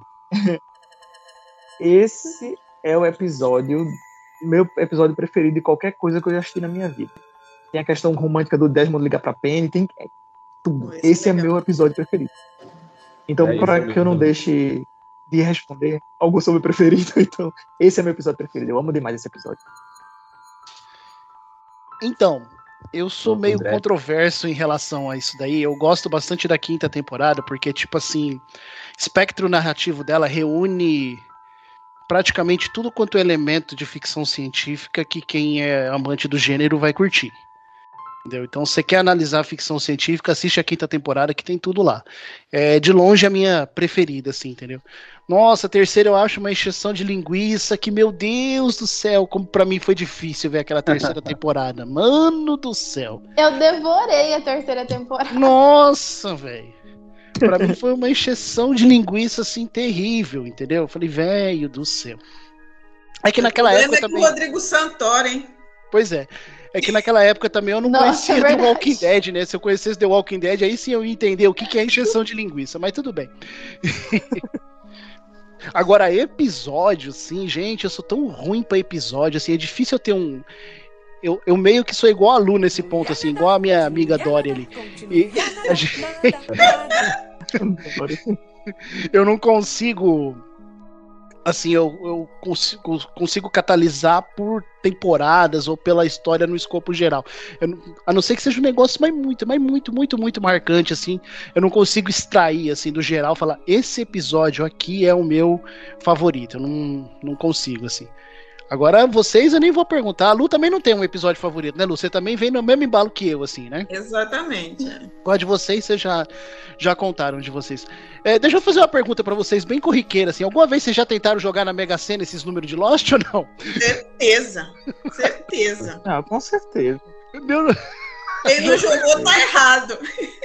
Esse é o episódio, meu episódio preferido de qualquer coisa que eu já assisti na minha vida. Tem a questão romântica do Desmond ligar pra Penny, tem é, tudo. Esse, esse é, é meu episódio preferido. Então, é para que eu não deixe de responder algo sobre o preferido, então, esse é meu episódio preferido. Eu amo demais esse episódio. Então, eu sou meio André. controverso em relação a isso daí. Eu gosto bastante da quinta temporada, porque, tipo assim, espectro narrativo dela reúne praticamente tudo quanto é elemento de ficção científica que quem é amante do gênero vai curtir. Entendeu? Então, se você quer analisar a ficção científica, assiste a quinta temporada que tem tudo lá. É de longe a minha preferida, assim, entendeu? Nossa, a terceira eu acho uma encheção de linguiça que, meu Deus do céu, como pra mim foi difícil ver aquela terceira temporada. Mano do céu. Eu devorei a terceira temporada. Nossa, velho. Pra mim foi uma encheção de linguiça, assim, terrível, entendeu? Eu falei, velho do céu. É que naquela época é também... com o Rodrigo Santoro, hein? Pois é. É que naquela época também eu não Nossa, conhecia é The Walking Dead, né? Se eu conhecesse The Walking Dead, aí sim eu ia entender o que, que é encheção de linguiça, mas tudo bem. Agora, episódio, assim, gente, eu sou tão ruim pra episódio, assim, é difícil eu ter um... Eu, eu meio que sou igual a Lu nesse ponto, assim, igual a minha amiga Dori ali. E a gente... eu não consigo... Assim, eu, eu consigo, consigo catalisar por temporadas ou pela história no escopo geral. Eu, a não ser que seja um negócio mas muito, mas muito, muito, muito marcante, assim. Eu não consigo extrair, assim, do geral, falar, esse episódio aqui é o meu favorito. Eu não, não consigo, assim. Agora, vocês eu nem vou perguntar. A Lu também não tem um episódio favorito, né, Lu? Você também vem no mesmo embalo que eu, assim, né? Exatamente. Qual de vocês, vocês já, já contaram de vocês. É, deixa eu fazer uma pergunta pra vocês, bem corriqueira, assim. Alguma vez vocês já tentaram jogar na Mega Sena esses números de Lost ou não? Certeza. Certeza. Ah, com certeza. Meu... Quem não jogou tá errado.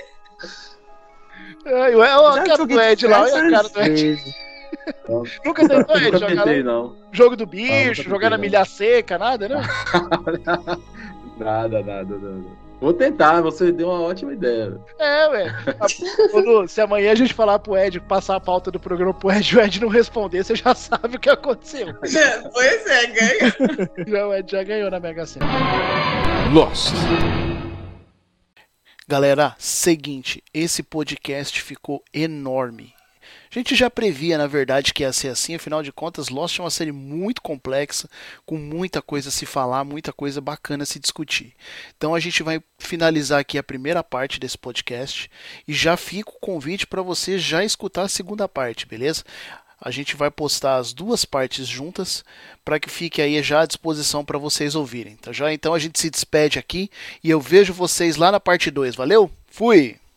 Ai, olha a cara do Ed lá, olha a cara do Ed. Não. Nunca tentou Ed, Nunca jogar tentei, não. Jogo do bicho, não, jogar na milha seca, nada, né? Nada, nada, nada. Vou tentar, você deu uma ótima ideia. É, ué. Ô, Lu, se amanhã a gente falar pro Ed, passar a pauta do programa pro Ed, o Ed não responder, você já sabe o que aconteceu. Pois é, ganha. Já, o Ed já ganhou na Mega Sena. Lost. Galera, seguinte, esse podcast ficou enorme. A gente já previa, na verdade, que ia ser assim, afinal de contas, Lost é uma série muito complexa, com muita coisa a se falar, muita coisa bacana a se discutir. Então a gente vai finalizar aqui a primeira parte desse podcast e já fica o convite para você já escutar a segunda parte, beleza? A gente vai postar as duas partes juntas para que fique aí já à disposição para vocês ouvirem, tá já? Então a gente se despede aqui e eu vejo vocês lá na parte dois. Valeu? Fui!